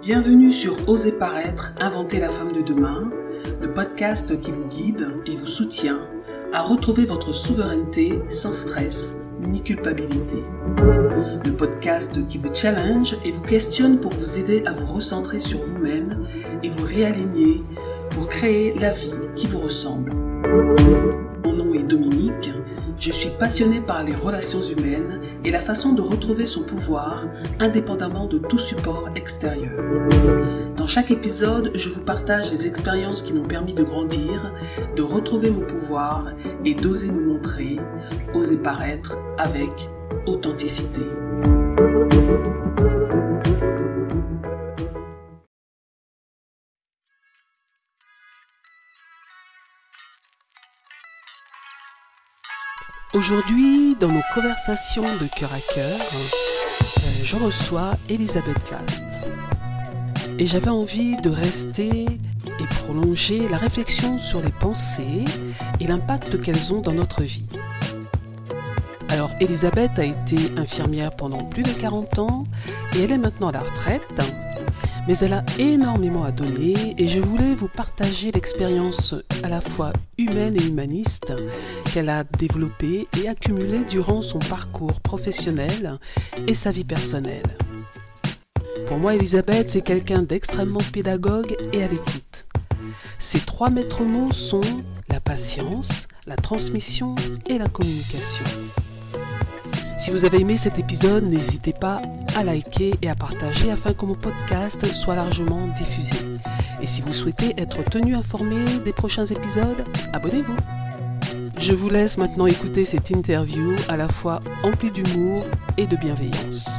Bienvenue sur Oser paraître, inventer la femme de demain, le podcast qui vous guide et vous soutient à retrouver votre souveraineté sans stress ni culpabilité. Le podcast qui vous challenge et vous questionne pour vous aider à vous recentrer sur vous-même et vous réaligner pour créer la vie qui vous ressemble. Mon nom est Dominique, je suis passionnée par les relations humaines et la façon de retrouver son pouvoir indépendamment de tout support extérieur. Dans chaque épisode, je vous partage les expériences qui m'ont permis de grandir, de retrouver mon pouvoir et d'oser me montrer, oser paraître avec authenticité. Aujourd'hui, dans nos conversations de cœur à cœur, je reçois Elisabeth Cast. Et j'avais envie de rester et prolonger la réflexion sur les pensées et l'impact qu'elles ont dans notre vie. Alors, Elisabeth a été infirmière pendant plus de 40 ans et elle est maintenant à la retraite. Mais elle a énormément à donner et je voulais vous partager l'expérience à la fois humaine et humaniste qu'elle a développée et accumulée durant son parcours professionnel et sa vie personnelle. Pour moi, Elisabeth, c'est quelqu'un d'extrêmement pédagogue et à l'écoute. Ses 3 maîtres mots sont la patience, la transmission et la communication. Si vous avez aimé cet épisode, n'hésitez pas à liker et à partager afin que mon podcast soit largement diffusé. Et si vous souhaitez être tenu informé des prochains épisodes, abonnez-vous. Je vous laisse maintenant écouter cette interview à la fois emplie d'humour et de bienveillance.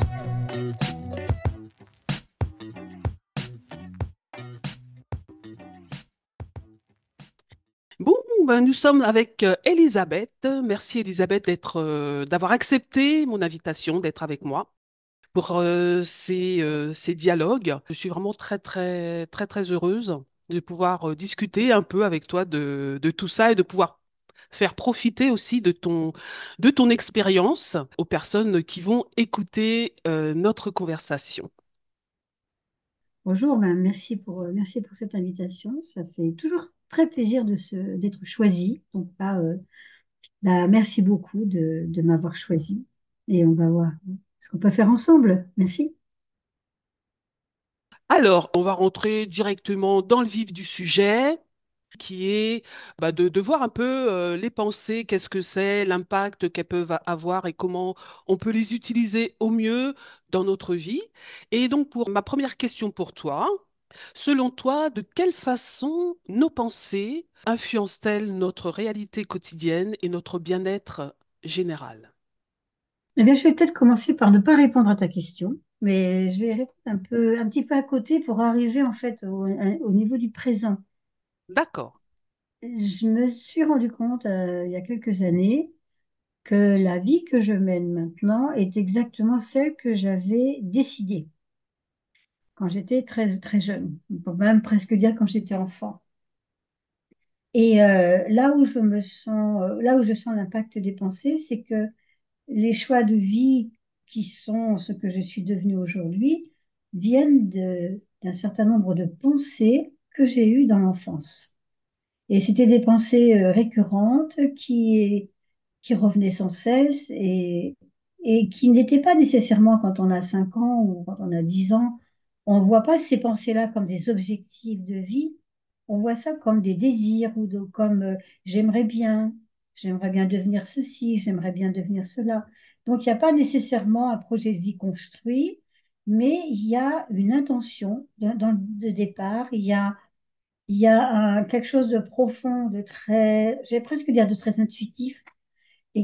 Bon, nous sommes avec Elisabeth. Merci Elisabeth d'avoir accepté mon invitation, d'être avec moi pour ces dialogues. Je suis vraiment très heureuse de pouvoir discuter un peu avec toi de tout ça et de pouvoir faire profiter aussi de ton expérience aux personnes qui vont écouter notre conversation. Bonjour, merci pour cette invitation. Ça fait toujours très plaisir d'être choisi. Donc merci beaucoup de m'avoir choisi. Et on va voir ce qu'on peut faire ensemble. Merci. Alors, on va rentrer directement dans le vif du sujet, qui est de voir un peu les pensées, qu'est-ce que c'est, l'impact qu'elles peuvent avoir et comment on peut les utiliser au mieux dans notre vie. Et donc, pour ma première question pour toi, selon toi, de quelle façon nos pensées influencent-elles notre réalité quotidienne et notre bien-être général? Eh bien, je vais peut-être commencer par ne pas répondre à ta question, mais je vais répondre un petit peu à côté pour arriver en fait au niveau du présent. D'accord. Je me suis rendu compte il y a quelques années que la vie que je mène maintenant est exactement celle que j'avais décidée quand j'étais très jeune. On peut même presque dire quand j'étais enfant. Et là où je sens l'impact des pensées, c'est que les choix de vie qui sont ce que je suis devenue aujourd'hui viennent d'un certain nombre de pensées que j'ai eues dans l'enfance. Et c'était des pensées récurrentes qui revenaient sans cesse et qui n'étaient pas nécessairement quand on a 5 ans ou quand on a 10 ans. On ne voit pas ces pensées-là comme des objectifs de vie, on voit ça comme des désirs comme j'aimerais bien devenir ceci, j'aimerais bien devenir cela. Donc il n'y a pas nécessairement un projet de vie construit, mais il y a une intention de départ, il y a quelque chose de profond, j'ai presque dire de très intuitif, et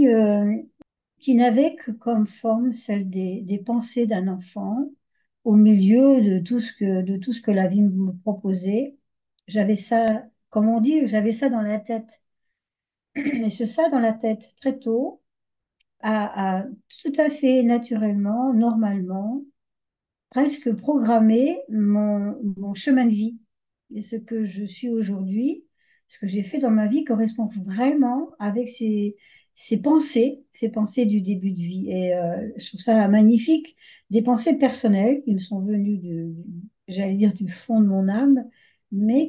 qui n'avait que comme forme celle des pensées d'un enfant au milieu de tout ce que la vie me proposait. J'avais ça, comme on dit, j'avais ça dans la tête. Et ce ça dans la tête très tôt a tout à fait naturellement, normalement, presque programmé mon chemin de vie. Et ce que je suis aujourd'hui, ce que j'ai fait dans ma vie correspond vraiment avec ces pensées du début de vie. Et je trouve ça magnifique. Des pensées personnelles qui me sont venues j'allais dire du fond de mon âme, mais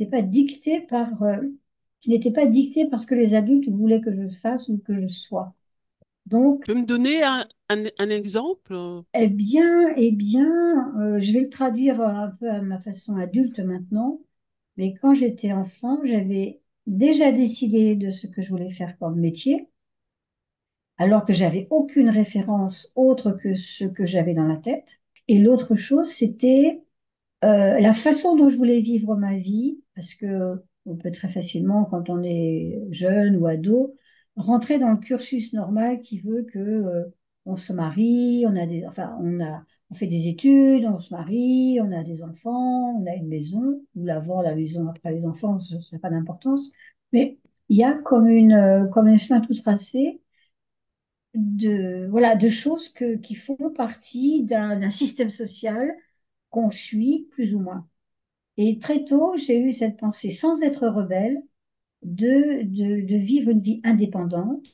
qui n'était pas dictée par ce que les adultes voulaient que je fasse ou que je sois. Donc, Tu peux me donner un exemple? je vais le traduire un peu à ma façon adulte maintenant, mais quand j'étais enfant, j'avais déjà décidé de ce que je voulais faire comme métier, alors que j'avais aucune référence autre que ce que j'avais dans la tête. Et l'autre chose, c'était la façon dont je voulais vivre ma vie, parce que on peut très facilement, quand on est jeune ou ado, rentrer dans le cursus normal qui veut que on se marie, on fait des études, on se marie, on a des enfants, on a une maison, ou l'avant, la maison après les enfants, ça n'a pas d'importance. Mais il y a comme un chemin tout tracé de choses qui font partie d'un système social qu'on suit plus ou moins. Et très tôt, j'ai eu cette pensée, sans être rebelle, de vivre une vie indépendante,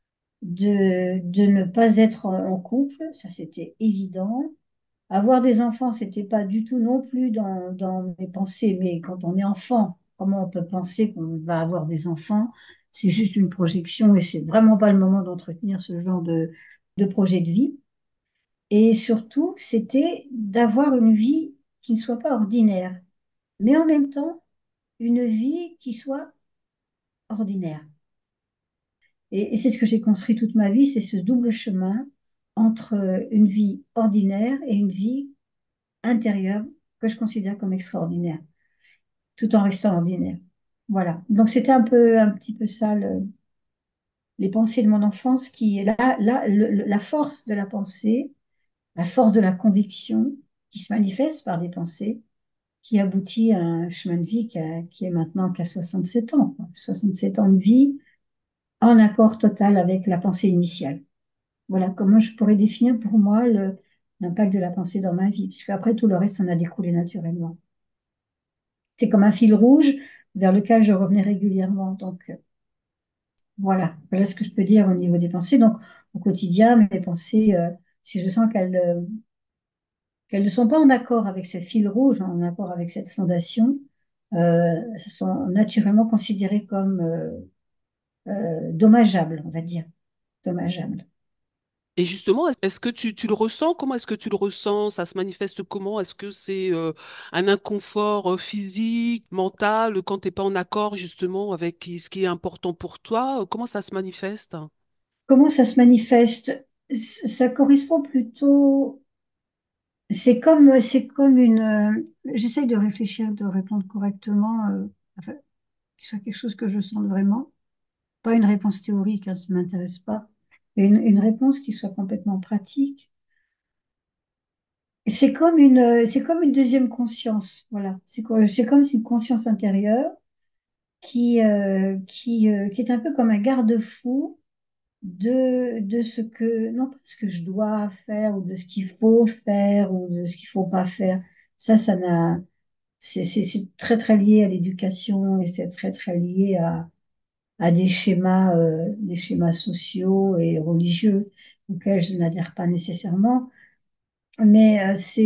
de ne pas être en couple, ça c'était évident. Avoir des enfants, c'était pas du tout non plus dans mes pensées, mais quand on est enfant, comment on peut penser qu'on va avoir des enfants? C'est juste une projection et c'est vraiment pas le moment d'entretenir ce genre de projet de vie. Et surtout, c'était d'avoir une vie qui ne soit pas ordinaire, mais en même temps, une vie qui soit ordinaire. Et c'est ce que j'ai construit toute ma vie, c'est ce double chemin entre une vie ordinaire et une vie intérieure que je considère comme extraordinaire, tout en restant ordinaire. Voilà. Donc c'était un petit peu ça, les pensées de mon enfance qui est la force de la pensée, la force de la conviction qui se manifeste par des pensées, qui aboutit à un chemin de vie qui est maintenant qu'à 67 ans, quoi. 67 ans de vie en accord total avec la pensée initiale. Voilà comment je pourrais définir pour moi l'impact de la pensée dans ma vie, puisque après tout le reste en a découlé naturellement. C'est comme un fil rouge vers lequel je revenais régulièrement. Donc voilà ce que je peux dire au niveau des pensées. Donc au quotidien, mes pensées, si je sens qu'elles ne sont pas en accord avec ce fil rouge, en accord avec cette fondation, elles sont naturellement considérées comme dommageables, on va dire, dommageables. Et justement, est-ce que tu le ressens? Comment est-ce que tu le ressens? Ça se manifeste comment? Est-ce que c'est un inconfort physique, mental, quand tu n'es pas en accord justement avec ce qui est important pour toi? Comment ça se manifeste? Comment ça se manifeste? Ça correspond plutôt. C'est comme une. J'essaye de réfléchir, de répondre correctement, enfin, que ce soit quelque chose que je sente vraiment. Pas une réponse théorique, hein, ça ne m'intéresse pas, mais une réponse qui soit complètement pratique. Et c'est comme une deuxième conscience, voilà. C'est comme une conscience intérieure qui est un peu comme un garde-fou de ce que, non pas ce que je dois faire ou de ce qu'il faut faire ou de ce qu'il faut pas faire. Ça n'a, c'est très très lié à l'éducation et c'est très très lié à des schémas sociaux et religieux auxquels je n'adhère pas nécessairement. Mais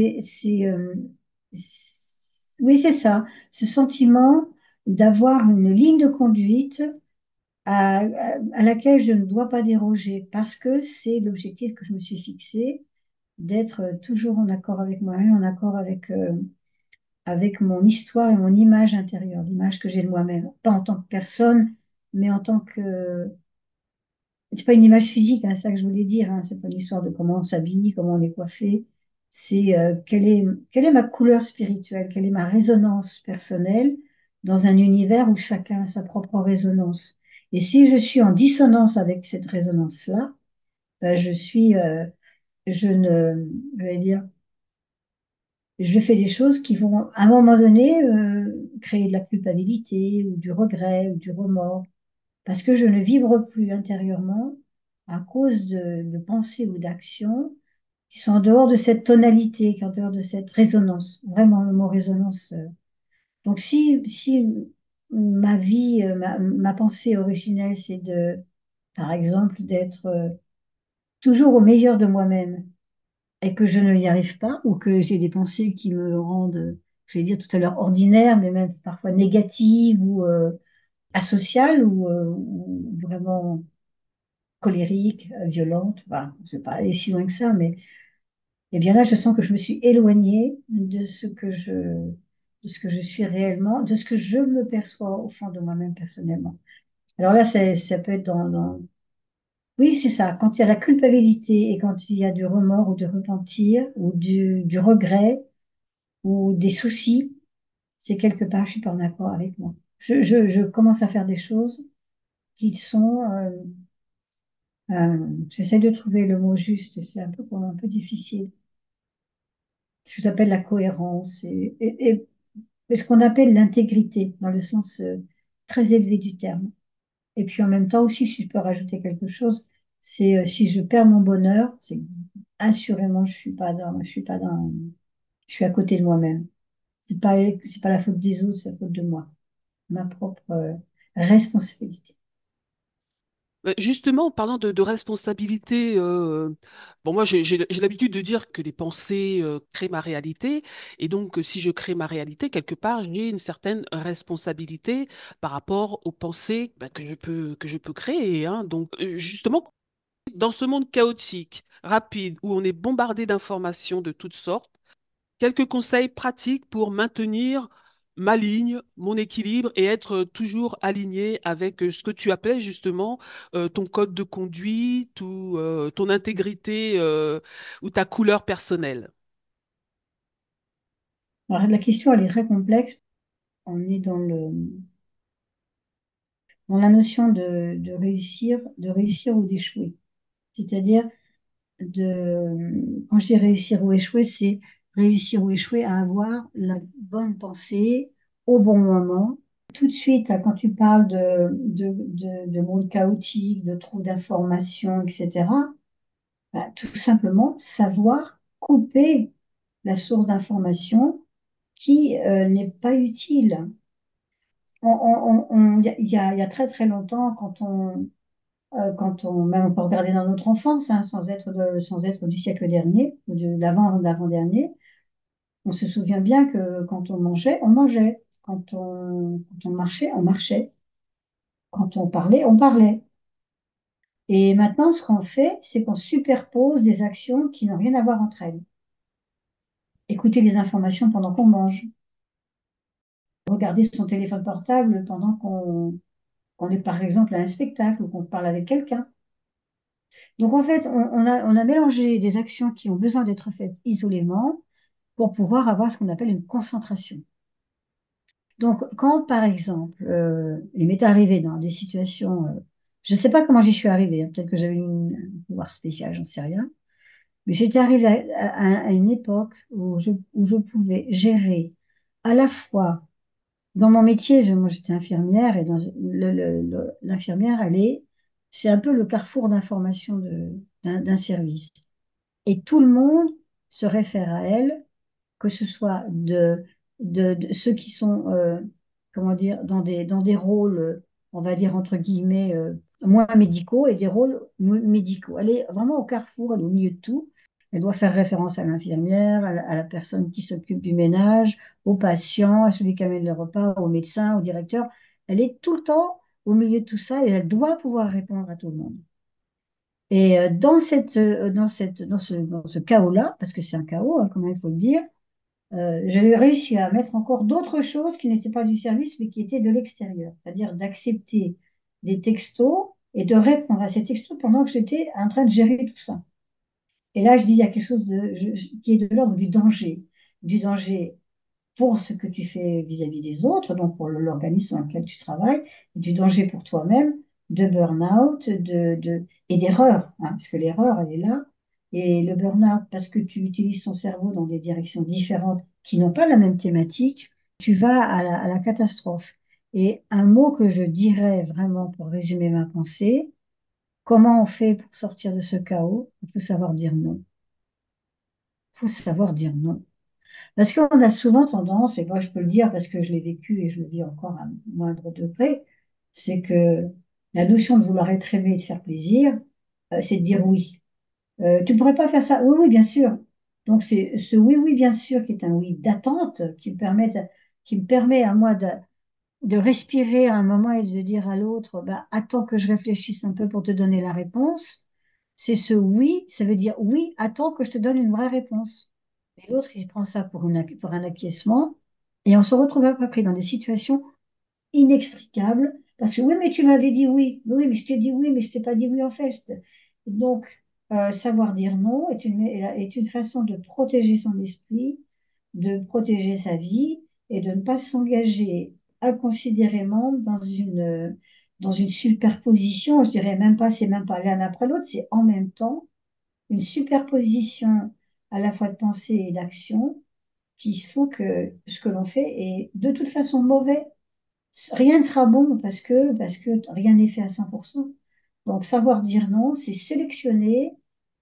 oui, c'est ça, ce sentiment d'avoir une ligne de conduite à laquelle je ne dois pas déroger parce que c'est l'objectif que je me suis fixé, d'être toujours en accord avec moi-même, en accord avec mon histoire et mon image intérieure, l'image que j'ai de moi-même, pas en tant que personne, mais en tant que. C'est pas une image physique, hein, c'est ça que je voulais dire, hein, c'est pas l'histoire de comment on s'habille, comment on est coiffé, c'est quelle est ma couleur spirituelle, quelle est ma résonance personnelle dans un univers où chacun a sa propre résonance. Et si je suis en dissonance avec cette résonance-là, ben, je ne, je vais dire, je fais des choses qui vont, à un moment donné, créer de la culpabilité ou du regret ou du remords, parce que je ne vibre plus intérieurement à cause de pensées ou d'actions qui sont en dehors de cette tonalité, qui sont en dehors de cette résonance. Vraiment, le mot résonance. Donc, si ma vie, ma pensée originelle, c'est par exemple, d'être toujours au meilleur de moi-même, et que je n'y arrive pas, ou que j'ai des pensées qui me rendent, je vais dire tout à l'heure, ordinaires, mais même parfois négatives ou asociales ou vraiment colériques, violentes. Voilà, je ne vais pas aller si loin que ça, mais et bien là, je sens que je me suis éloignée de ce que je suis réellement, de ce que je me perçois au fond de moi-même personnellement. Alors là, ça peut être oui, c'est ça. Quand il y a la culpabilité et quand il y a du remords ou du repentir ou du regret ou des soucis, c'est quelque part, je suis pas en accord avec moi. Je commence à faire des choses qui sont, j'essaie de trouver le mot juste, c'est un peu difficile. Ce que j'appelle la cohérence et ce qu'on appelle l'intégrité dans le sens très élevé du terme. Et puis en même temps aussi, si je peux rajouter quelque chose, c'est si je perds mon bonheur, c'est assurément je suis à côté de moi-même. C'est pas la faute des autres, c'est la faute de moi, ma propre responsabilité. Justement, en parlant de responsabilité, bon, moi j'ai l'habitude de dire que les pensées créent ma réalité, et donc si je crée ma réalité, quelque part, j'ai une certaine responsabilité par rapport aux pensées bah, que je peux créer, hein. Donc, justement, dans ce monde chaotique, rapide, où on est bombardé d'informations de toutes sortes, quelques conseils pratiques pour maintenir ma ligne, mon équilibre et être toujours aligné avec ce que tu appelais justement ton code de conduite ou ton intégrité ou ta couleur personnelle. Alors, la question, elle est très complexe. On est dans la notion de réussir ou d'échouer. C'est-à-dire, quand je dis réussir ou échouer, c'est réussir ou échouer à avoir la bonne pensée au bon moment. Tout de suite, là, quand tu parles de monde chaotique, de trop d'informations, etc., bah, tout simplement savoir couper la source d'information qui n'est pas utile. Il y a très très longtemps, même on peut regarder dans notre enfance, hein, sans être du siècle dernier ou de l'avant-dernier, on se souvient bien que quand on mangeait, on mangeait. Quand on marchait, on marchait. Quand on parlait, on parlait. Et maintenant, ce qu'on fait, c'est qu'on superpose des actions qui n'ont rien à voir entre elles. Écouter les informations pendant qu'on mange, regarder son téléphone portable pendant qu'on est par exemple à un spectacle ou qu'on parle avec quelqu'un. Donc en fait, on a mélangé des actions qui ont besoin d'être faites isolément pour pouvoir avoir ce qu'on appelle une concentration. Donc quand par exemple, il m'est arrivé dans des situations, je ne sais pas comment j'y suis arrivée, hein, peut-être que j'avais un pouvoir spécial, j'en sais rien, mais j'étais arrivée à une époque où je pouvais gérer à la fois dans mon métier, moi j'étais infirmière et l'infirmière, c'est un peu le carrefour d'information d'un service. Et tout le monde se réfère à elle, que ce soit de ceux qui sont, comment dire, dans des rôles, on va dire entre guillemets, moins médicaux et des rôles médicaux. Elle est vraiment au carrefour, elle est au milieu de tout. Elle doit faire référence à l'infirmière, à la personne qui s'occupe du ménage, au patient, à celui qui amène le repas, au médecin, au directeur. Elle est tout le temps au milieu de tout ça et elle doit pouvoir répondre à tout le monde. Et dans ce chaos-là, parce que c'est un chaos, hein, quand même, il faut le dire, j'avais réussi à mettre encore d'autres choses qui n'étaient pas du service, mais qui étaient de l'extérieur. C'est-à-dire d'accepter des textos et de répondre à ces textos pendant que j'étais en train de gérer tout ça. Et là, je dis, il y a quelque chose qui est de l'ordre du danger pour ce que tu fais vis-à-vis des autres, donc pour l'organisme dans lequel tu travailles, du danger pour toi-même, de burn-out, et d'erreur, hein, parce que l'erreur, elle est là. Et le burn-out, parce que tu utilises ton cerveau dans des directions différentes qui n'ont pas la même thématique, tu vas à la catastrophe. Et un mot que je dirais vraiment pour résumer ma pensée, comment on fait pour sortir de ce chaos? Il faut savoir dire non. Il faut savoir dire non. Parce qu'on a souvent tendance, et moi je peux le dire parce que je l'ai vécu et je le vis encore à moindre degré, c'est que la notion de vouloir être aimé et de faire plaisir, c'est de dire oui. Tu pourrais pas faire ça? Oui, oui, bien sûr. Donc, c'est ce oui, oui, bien sûr, qui est un oui d'attente, qui me permet à moi de respirer à un moment et de dire à l'autre, bah, attends que je réfléchisse un peu pour te donner la réponse. C'est ce oui, ça veut dire oui, attends que je te donne une vraie réponse. Et l'autre, il prend ça pour un acquiescement. Et on se retrouve après pris dans des situations inextricable, parce que oui, mais tu m'avais dit oui, oui, mais je t'ai dit oui, mais je t'ai pas dit oui en fait. Donc, savoir dire non est une façon de protéger son esprit, de protéger sa vie et de ne pas s'engager inconsidérément dans une superposition. Je dirais même pas, c'est même pas l'un après l'autre, c'est en même temps une superposition à la fois de pensée et d'action qui font que ce que l'on fait est de toute façon mauvais. Rien ne sera bon parce que rien n'est fait à 100%. Donc, savoir dire non, c'est sélectionner,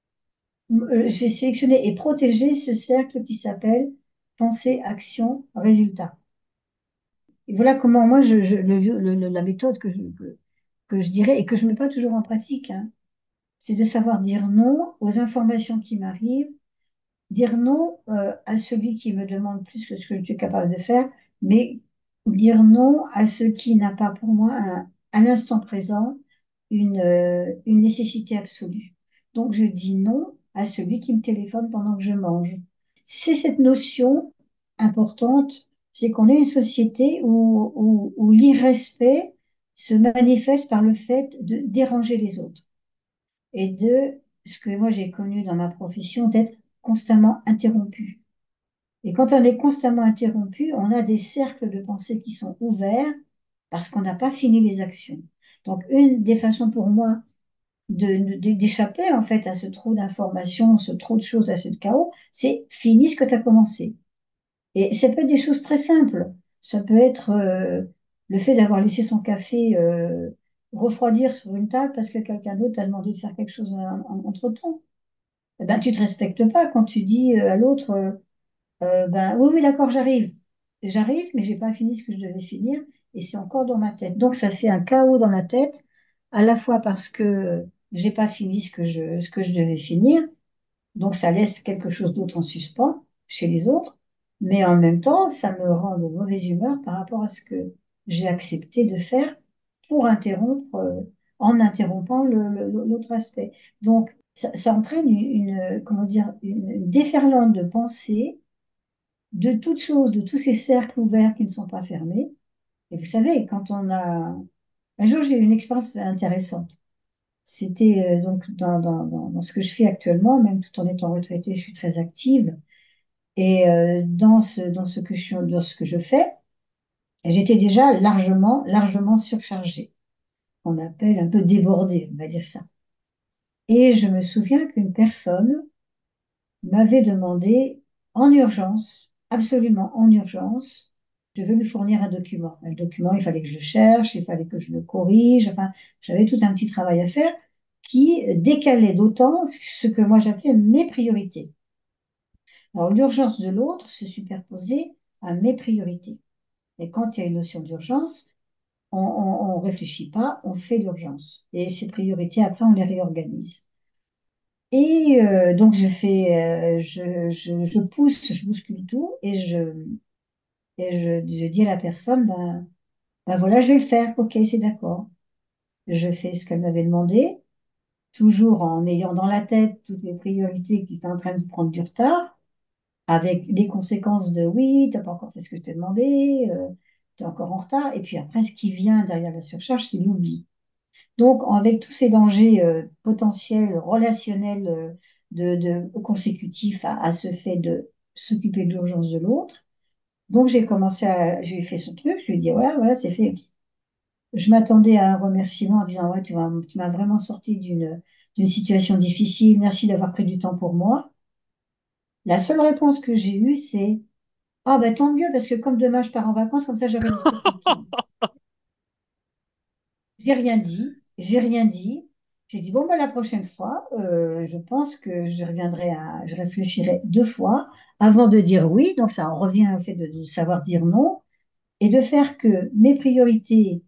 j'ai sélectionné et protégé ce cercle qui s'appelle pensée, action, résultat. Et voilà comment moi, la méthode que je dirais et que je ne mets pas toujours en pratique, hein, c'est de savoir dire non aux informations qui m'arrivent, dire non à celui qui me demande plus que ce que je suis capable de faire, mais dire non à ce qui n'a pas pour moi, à l'instant présent, une nécessité absolue. Donc je dis non à celui qui me téléphone pendant que je mange. C'est cette notion importante, c'est qu'on est une société où l'irrespect se manifeste par le fait de déranger les autres et de ce que moi j'ai connu dans ma profession, d'être constamment interrompu. Et quand on est constamment interrompu, on a des cercles de pensée qui sont ouverts parce qu'on n'a pas fini les actions. Donc, une des façons pour moi d'échapper en fait à ce trop d'informations, ce trop de choses, à ce chaos, c'est finis ce que tu as commencé. Et ça peut être des choses très simples. Ça peut être le fait d'avoir laissé son café refroidir sur une table parce que quelqu'un d'autre t'a demandé de faire quelque chose entre-temps. Eh ben, tu te respectes pas quand tu dis à l'autre, ben, oui, oui, d'accord, j'arrive. J'arrive, mais j'ai pas fini ce que je devais finir et c'est encore dans ma tête. Donc, ça fait un chaos dans la tête, à la fois parce que j'ai pas fini ce que je devais finir, donc ça laisse quelque chose d'autre en suspens chez les autres, mais en même temps, ça me rend de mauvaise humeur par rapport à ce que j'ai accepté de faire pour interrompre, en interrompant l'autre aspect. Donc, ça entraîne comment dire, une déferlante de pensée, de toutes choses, de tous ces cercles ouverts qui ne sont pas fermés. Et vous savez, quand on a... Un jour, j'ai eu une expérience intéressante. C'était donc dans ce que je fais actuellement, même tout en étant retraitée, je suis très active. Et dans ce que je fais, j'étais déjà largement surchargée. On appelle un peu débordée, on va dire ça. Et je me souviens qu'une personne m'avait demandé en urgence, absolument en urgence, je veux lui fournir un document. Un document, il fallait que je le cherche, il fallait que je le corrige. Enfin, j'avais tout un petit travail à faire qui décalait d'autant ce que moi j'appelais mes priorités. Alors, l'urgence de l'autre se superposait à mes priorités. Et quand il y a une notion d'urgence, on ne réfléchit pas, on fait l'urgence. Et ces priorités, après, on les réorganise. Et donc, je pousse, je bouscule tout je dis à la personne, ben voilà, je vais le faire. Ok, c'est d'accord. Je fais ce qu'elle m'avait demandé, toujours en ayant dans la tête toutes les priorités qui étaient en train de prendre du retard, avec les conséquences de oui, t'as pas encore fait ce que je t'ai demandé, tu es encore en retard. Et puis après, ce qui vient derrière la surcharge, c'est l'oubli. Donc, avec tous ces dangers potentiels, relationnels, consécutifs à ce fait de s'occuper de l'urgence de l'autre, donc j'ai fait ce truc, je lui ai dit, voilà, voilà, c'est fait. Je m'attendais à un remerciement en disant, ouais, tu m'as vraiment sorti d'une situation difficile, merci d'avoir pris du temps pour moi. La seule réponse que j'ai eue, c'est, ah, ben tant mieux, parce que comme demain je pars en vacances, comme ça j'aurai l'esprit tranquille. J'ai rien dit, j'ai rien dit. J'ai dit, bon, ben, la prochaine fois, je pense que je réfléchirai deux fois avant de dire oui. Donc, ça en revient au fait de savoir dire non et de faire que mes priorités,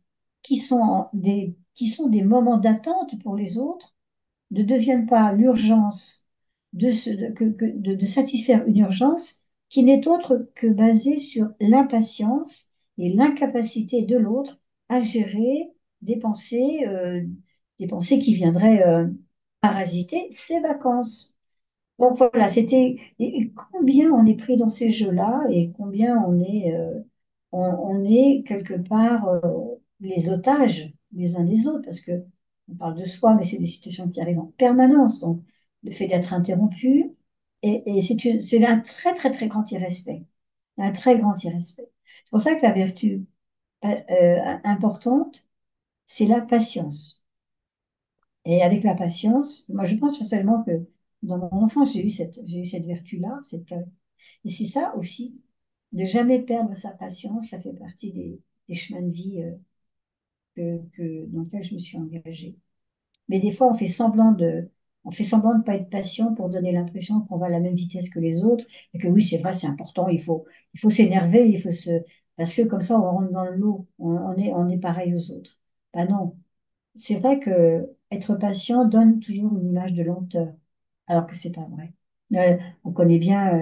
qui sont des moments d'attente pour les autres, ne deviennent pas l'urgence de satisfaire une urgence qui n'est autre que basée sur l'impatience et l'incapacité de l'autre à gérer des pensées, euh, des pensées qui viendraient parasiter ses vacances. Donc voilà, et combien on est pris dans ces jeux-là et combien on est quelque part les otages les uns des autres, parce que on parle de soi, mais c'est des situations qui arrivent en permanence. Donc le fait d'être interrompu, et c'est un très très très grand irrespect, un très grand irrespect. C'est pour ça que la vertu importante, c'est la patience. Et avec la patience, moi je pense personnellement que dans mon enfance, j'ai eu cette vertu-là, et c'est ça aussi, de jamais perdre sa patience, ça fait partie des chemins de vie dans lesquels je me suis engagée. Mais des fois, on fait semblant de pas être patient pour donner l'impression qu'on va à la même vitesse que les autres, et que oui, c'est vrai, c'est important, il faut s'énerver, parce que comme ça, on rentre dans le lot, on est pareil aux autres. Ben non, c'est vrai que être patient donne toujours une image de lenteur, alors que c'est pas vrai. On connaît bien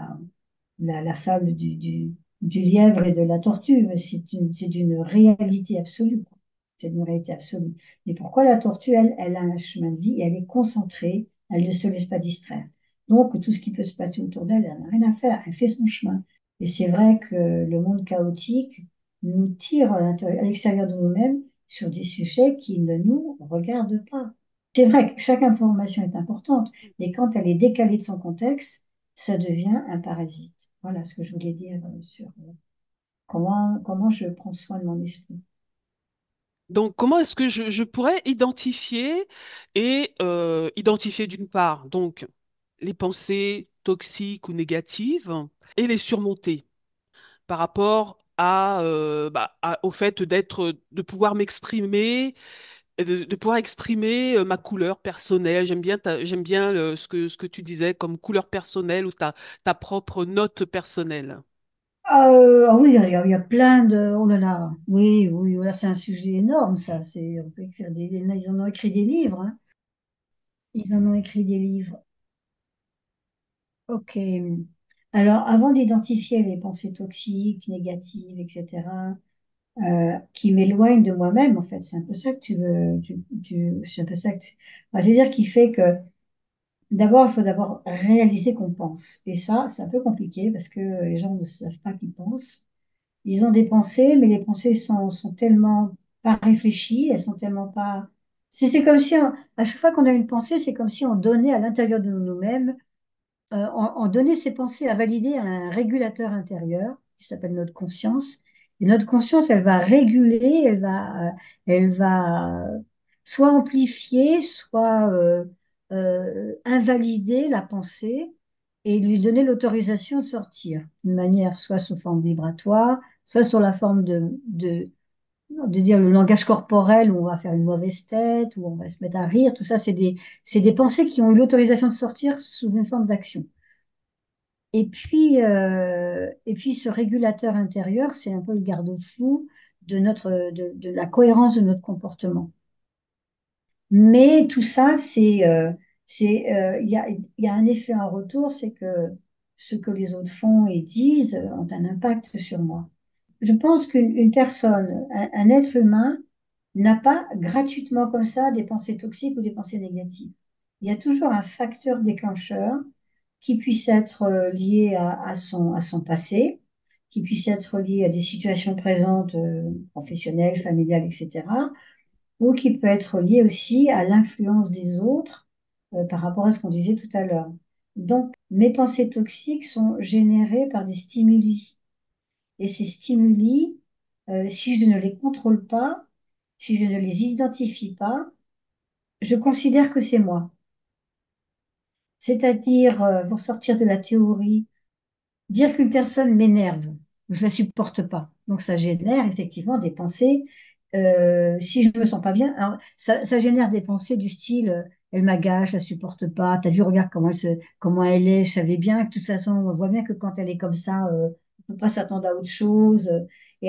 la fable du lièvre et de la tortue, mais c'est d'une réalité absolue, quoi. C'est une réalité absolue. Mais pourquoi la tortue, elle a un chemin de vie et elle est concentrée, elle ne se laisse pas distraire. Donc, tout ce qui peut se passer autour d'elle, elle n'a rien à faire, elle fait son chemin. Et c'est vrai que le monde chaotique nous tire à l'extérieur de nous-mêmes sur des sujets qui ne nous regardent pas. C'est vrai que chaque information est importante, mais quand elle est décalée de son contexte, ça devient un parasite. Voilà ce que je voulais dire sur comment je prends soin de mon esprit. Donc, comment est-ce que je pourrais identifier identifier d'une part donc les pensées toxiques ou négatives et les surmonter par rapport au fait de pouvoir m'exprimer, de pouvoir exprimer ma couleur personnelle. J'aime bien ce que tu disais comme couleur personnelle ou ta propre note personnelle. Ah oui, il y a plein de... Oh là là, oui, oui, là c'est un sujet énorme, ça. On peut écrire ils en ont écrit des livres, hein. Ils en ont écrit des livres. Ok. Alors, avant d'identifier les pensées toxiques, négatives, etc., qui m'éloignent de moi-même, en fait, c'est un peu ça que tu veux... c'est un peu ça que Enfin, je veux dire qui fait que d'abord, il faut d'abord réaliser qu'on pense. Et ça, c'est un peu compliqué parce que les gens ne savent pas qu'ils pensent. Ils ont des pensées, mais les pensées sont tellement pas réfléchies, elles sont tellement pas... C'était comme si, à chaque fois qu'on a une pensée, c'est comme si on donnait à l'intérieur de nous-mêmes, on donnait ses pensées à valider à un régulateur intérieur qui s'appelle notre conscience. Et notre conscience, elle va réguler, elle va soit amplifier, soit invalider la pensée et lui donner l'autorisation de sortir d'une manière soit sous forme vibratoire, soit sur la forme de dire le langage corporel où on va faire une mauvaise tête, où on va se mettre à rire. Tout ça, c'est des pensées qui ont eu l'autorisation de sortir sous une forme d'action. Et puis ce régulateur intérieur, c'est un peu le garde-fou de la cohérence de notre comportement. Mais tout ça, il y a un effet en retour, c'est que ce que les autres font et disent ont un impact sur moi. Je pense qu'une personne, un être humain, n'a pas gratuitement comme ça des pensées toxiques ou des pensées négatives. Il y a toujours un facteur déclencheur qui puisse être lié à son passé, qui puisse être lié à des situations présentes, professionnelles, familiales, etc., ou qui peut être lié aussi à l'influence des autres par rapport à ce qu'on disait tout à l'heure. Donc, mes pensées toxiques sont générées par des stimuli. Et ces stimuli, si je ne les contrôle pas, si je ne les identifie pas, je considère que c'est moi. C'est-à-dire, pour sortir de la théorie, dire qu'une personne m'énerve, je la supporte pas. Donc ça génère effectivement des pensées. Si je me sens pas bien, alors, ça génère des pensées du style elle m'agace, je la supporte pas. T'as vu, regarde comment elle est. Je savais bien que de toute façon, on voit bien que quand elle est comme ça, on peut pas s'attendre à autre chose. Et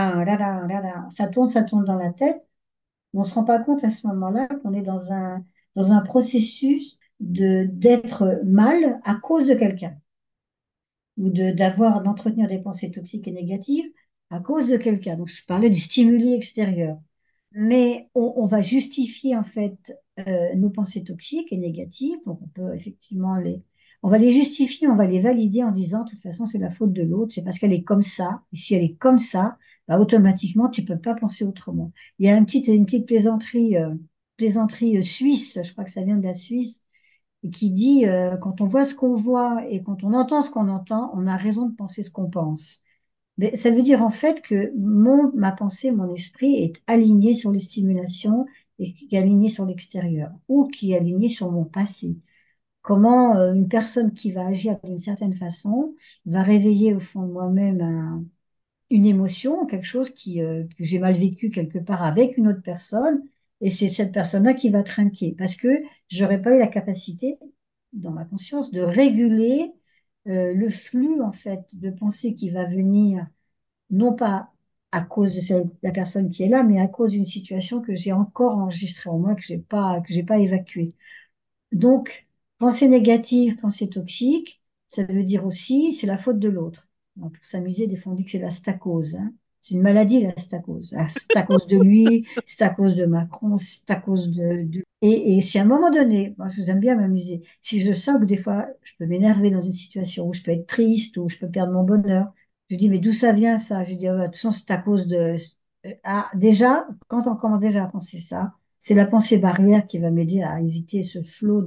ça tourne dans la tête. Mais on se rend pas compte à ce moment-là qu'on est dans un processus d'être mal à cause de quelqu'un ou d'entretenir des pensées toxiques et négatives à cause de quelqu'un. Donc, je parlais du stimuli extérieur. Mais on va justifier en fait nos pensées toxiques et négatives. Donc, on peut effectivement on va les justifier, on va les valider en disant, de toute façon, c'est la faute de l'autre, c'est parce qu'elle est comme ça. Et si elle est comme ça, bah, automatiquement, tu peux pas penser autrement. Il y a une petite plaisanterie suisse, je crois que ça vient de la Suisse, et qui dit quand on voit ce qu'on voit et quand on entend ce qu'on entend, on a raison de penser ce qu'on pense. Mais ça veut dire en fait que ma pensée, mon esprit est aligné sur les stimulations et qui est aligné sur l'extérieur ou qui est aligné sur mon passé. Comment une personne qui va agir d'une certaine façon va réveiller au fond de moi-même une émotion, quelque chose que j'ai mal vécu quelque part avec une autre personne, et c'est cette personne-là qui va trinquer, parce que j'aurais pas eu la capacité, dans ma conscience, de réguler le flux en fait de pensée qui va venir, non pas à cause de la personne qui est là, mais à cause d'une situation que j'ai encore enregistrée en moi, que j'ai pas évacuée. Donc, pensée négative, pensée toxique, ça veut dire aussi c'est la faute de l'autre. Alors, pour s'amuser, des fois on dit que c'est la stacose, hein. C'est une maladie, la stacose. Ah, c'est à cause de lui, c'est à cause de Macron, c'est à cause Et si à un moment donné, moi je vous aime bien m'amuser, si je sens que des fois je peux m'énerver dans une situation où je peux être triste, où je peux perdre mon bonheur, je dis mais d'où ça vient ça? Je dis ah, de toute façon c'est à cause de... Ah, déjà, quand on commence déjà à penser ça, c'est la pensée barrière qui va m'aider à éviter ce flot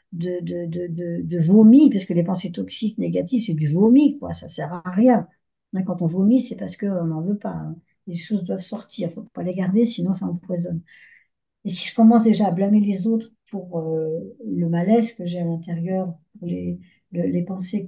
de vomi, parce que les pensées toxiques, négatives, c'est du vomi, quoi. Ça sert à rien. Hein, quand on vomit, c'est parce qu'on n'en veut pas, hein. Les choses doivent sortir, il ne faut pas les garder, sinon ça empoisonne. Et si je commence déjà à blâmer les autres pour le malaise que j'ai à l'intérieur, pour les pensées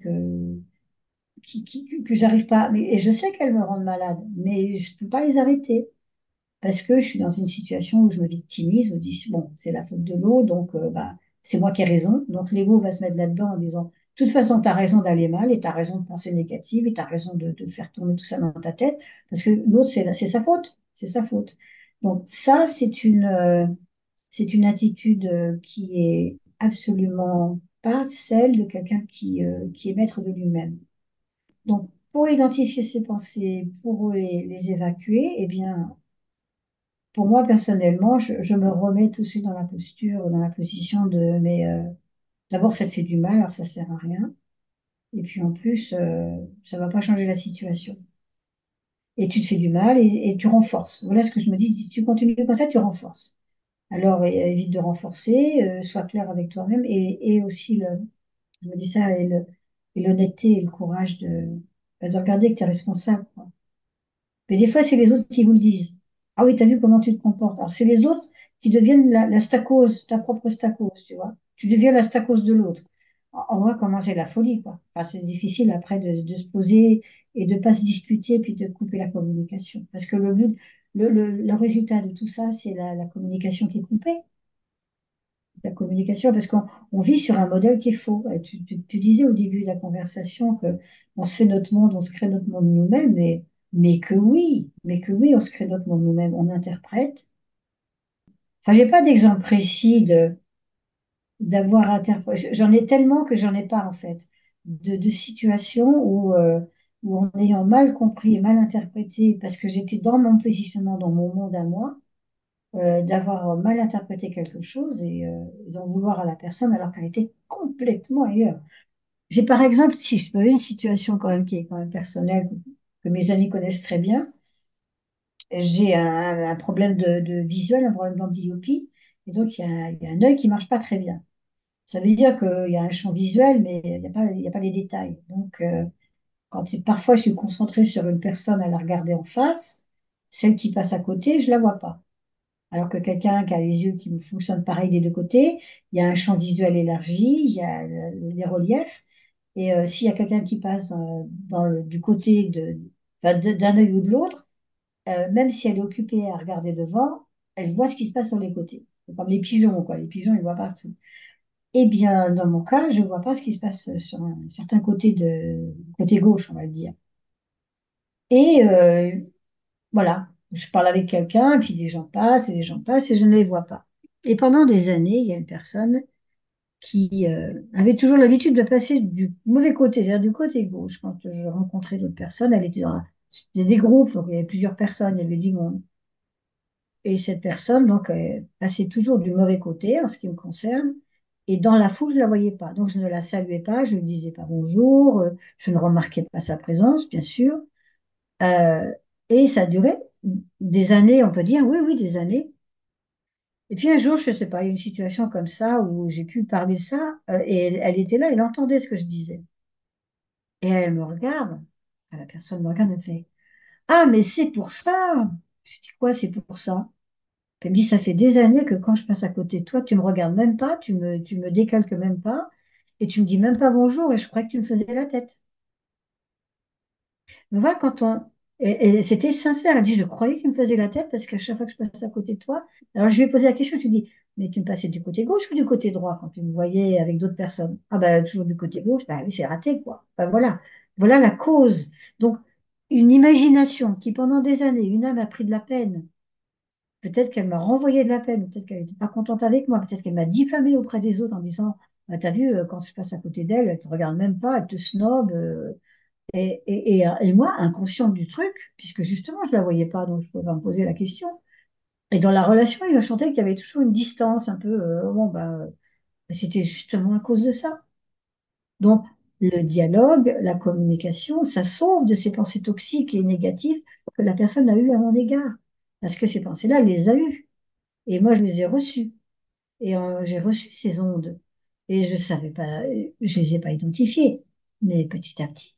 que j'arrive pas, et je sais qu'elles me rendent malade, mais je ne peux pas les arrêter parce que je suis dans une situation où je me victimise, où je dis, bon, c'est la faute de l'eau, donc bah, c'est moi qui ai raison. Donc l'ego va se mettre là-dedans en disant, de toute façon, tu as raison d'aller mal, et tu as raison de penser négative, et tu as raison de faire tourner tout ça dans ta tête, parce que l'autre, c'est sa faute, c'est sa faute. Donc ça, c'est une attitude qui est absolument pas celle de quelqu'un qui est maître de lui-même. Donc, pour identifier ses pensées, pour les évacuer, eh bien, pour moi, personnellement, je me remets tout de suite dans la posture, dans la position de, mais d'abord, ça te fait du mal, alors ça sert à rien. Et puis en plus, ça va pas changer la situation. Et tu te fais du mal et tu renforces. Voilà ce que je me dis. Si tu continues comme ça, tu renforces. Alors, évite de renforcer, sois clair avec toi-même et aussi, je me dis ça, et l'honnêteté et le courage de regarder que tu es responsable, quoi. Mais des fois, c'est les autres qui vous le disent. Ah oui, t'as vu comment tu te comportes. Alors, c'est les autres qui deviennent la stacose, ta propre stacose, tu vois. Tu deviens la stacose de l'autre. On voit comment c'est la folie, quoi. Enfin, c'est difficile après de se poser et de pas se disputer puis de couper la communication. Parce que le résultat de tout ça, c'est la communication qui est coupée. La communication, parce qu'on vit sur un modèle qui est faux. Et tu disais au début de la conversation que on se fait notre monde, on se crée notre monde nous-mêmes, mais que oui, on se crée notre monde nous-mêmes, on interprète. Enfin, j'ai pas d'exemple précis d'avoir interprété. J'en ai tellement que j'en ai pas en fait de situations où en ayant mal compris et mal interprété, parce que j'étais dans mon positionnement, dans mon monde à moi, d'avoir mal interprété quelque chose et d'en vouloir à la personne alors qu'elle était complètement ailleurs. J'ai par exemple, si je peux, une situation quand même qui est quand même personnelle, que mes amis connaissent très bien. J'ai un problème de visuel, un problème d'amblyopie, et donc il y a un œil qui marche pas très bien. Ça veut dire qu'il y a un champ visuel, mais il y a pas les détails. Donc, parfois je suis concentrée sur une personne à la regarder en face, celle qui passe à côté, je la vois pas. Alors que quelqu'un qui a les yeux qui me fonctionnent pareil des deux côtés, il y a un champ visuel élargi, il y a les reliefs. Et s'il y a quelqu'un qui passe du côté enfin, d'un œil ou de l'autre, même si elle est occupée à regarder devant, elle voit ce qui se passe sur les côtés. C'est comme les pigeons, quoi. Les pigeons, ils voient partout. Eh bien, dans mon cas, je ne vois pas ce qui se passe sur un certain côté gauche, on va le dire. Et voilà, je parle avec quelqu'un, puis les gens passent, et les gens passent, et je ne les vois pas. Et pendant des années, il y a une personne qui avait toujours l'habitude de passer du mauvais côté, c'est-à-dire du côté gauche. Quand je rencontrais d'autres personnes, elle était c'était des groupes, donc il y avait plusieurs personnes, il y avait du monde. Et cette personne, donc, passait toujours du mauvais côté en ce qui me concerne. Et dans la foule, je ne la voyais pas. Donc, je ne la saluais pas, je ne lui disais pas bonjour, je ne remarquais pas sa présence, bien sûr. Euh, et ça a duré des années, on peut dire, oui, oui, des années. Et puis un jour, je ne sais pas, il y a une situation comme ça où j'ai pu parler de ça, et elle était là, elle entendait ce que je disais. Et elle me regarde, enfin, la personne me regarde, elle fait, ah, mais c'est pour ça. Je dis, quoi, c'est pour ça? Elle me dit, ça fait des années que quand je passe à côté de toi, tu me regardes même pas, tu me décalques même pas, et tu me dis même pas bonjour, et je crois que tu me faisais la tête. Donc voilà, et c'était sincère, elle dit, je croyais que tu me faisais la tête parce qu'à chaque fois que je passe à côté de toi, alors je lui ai posé la question, je lui ai dit, mais tu me passais du côté gauche ou du côté droit quand tu me voyais avec d'autres personnes? Ah ben, toujours du côté gauche, ben oui, c'est raté, quoi. Ben voilà, voilà la cause. Donc, une imagination qui pendant des années, une âme a pris de la peine. Peut-être qu'elle m'a renvoyé de la peine, peut-être qu'elle n'était pas contente avec moi, peut-être qu'elle m'a diffamée auprès des autres en disant, bah, t'as vu, quand je passe à côté d'elle, elle te regarde même pas, elle te snob. Et moi, inconsciente du truc, puisque justement, je la voyais pas, donc je pouvais pas me poser la question. Et dans la relation, il me chantait qu'il y avait toujours une distance, un peu, bon, bah, c'était justement à cause de ça. Donc, le dialogue, la communication, ça sauve de ces pensées toxiques et négatives que la personne a eues à mon égard. Parce que ces pensées-là, elle les a eues. Et moi, je les ai reçues. Et j'ai reçu ces ondes. Et je savais pas, je les ai pas identifiées. Mais petit à petit,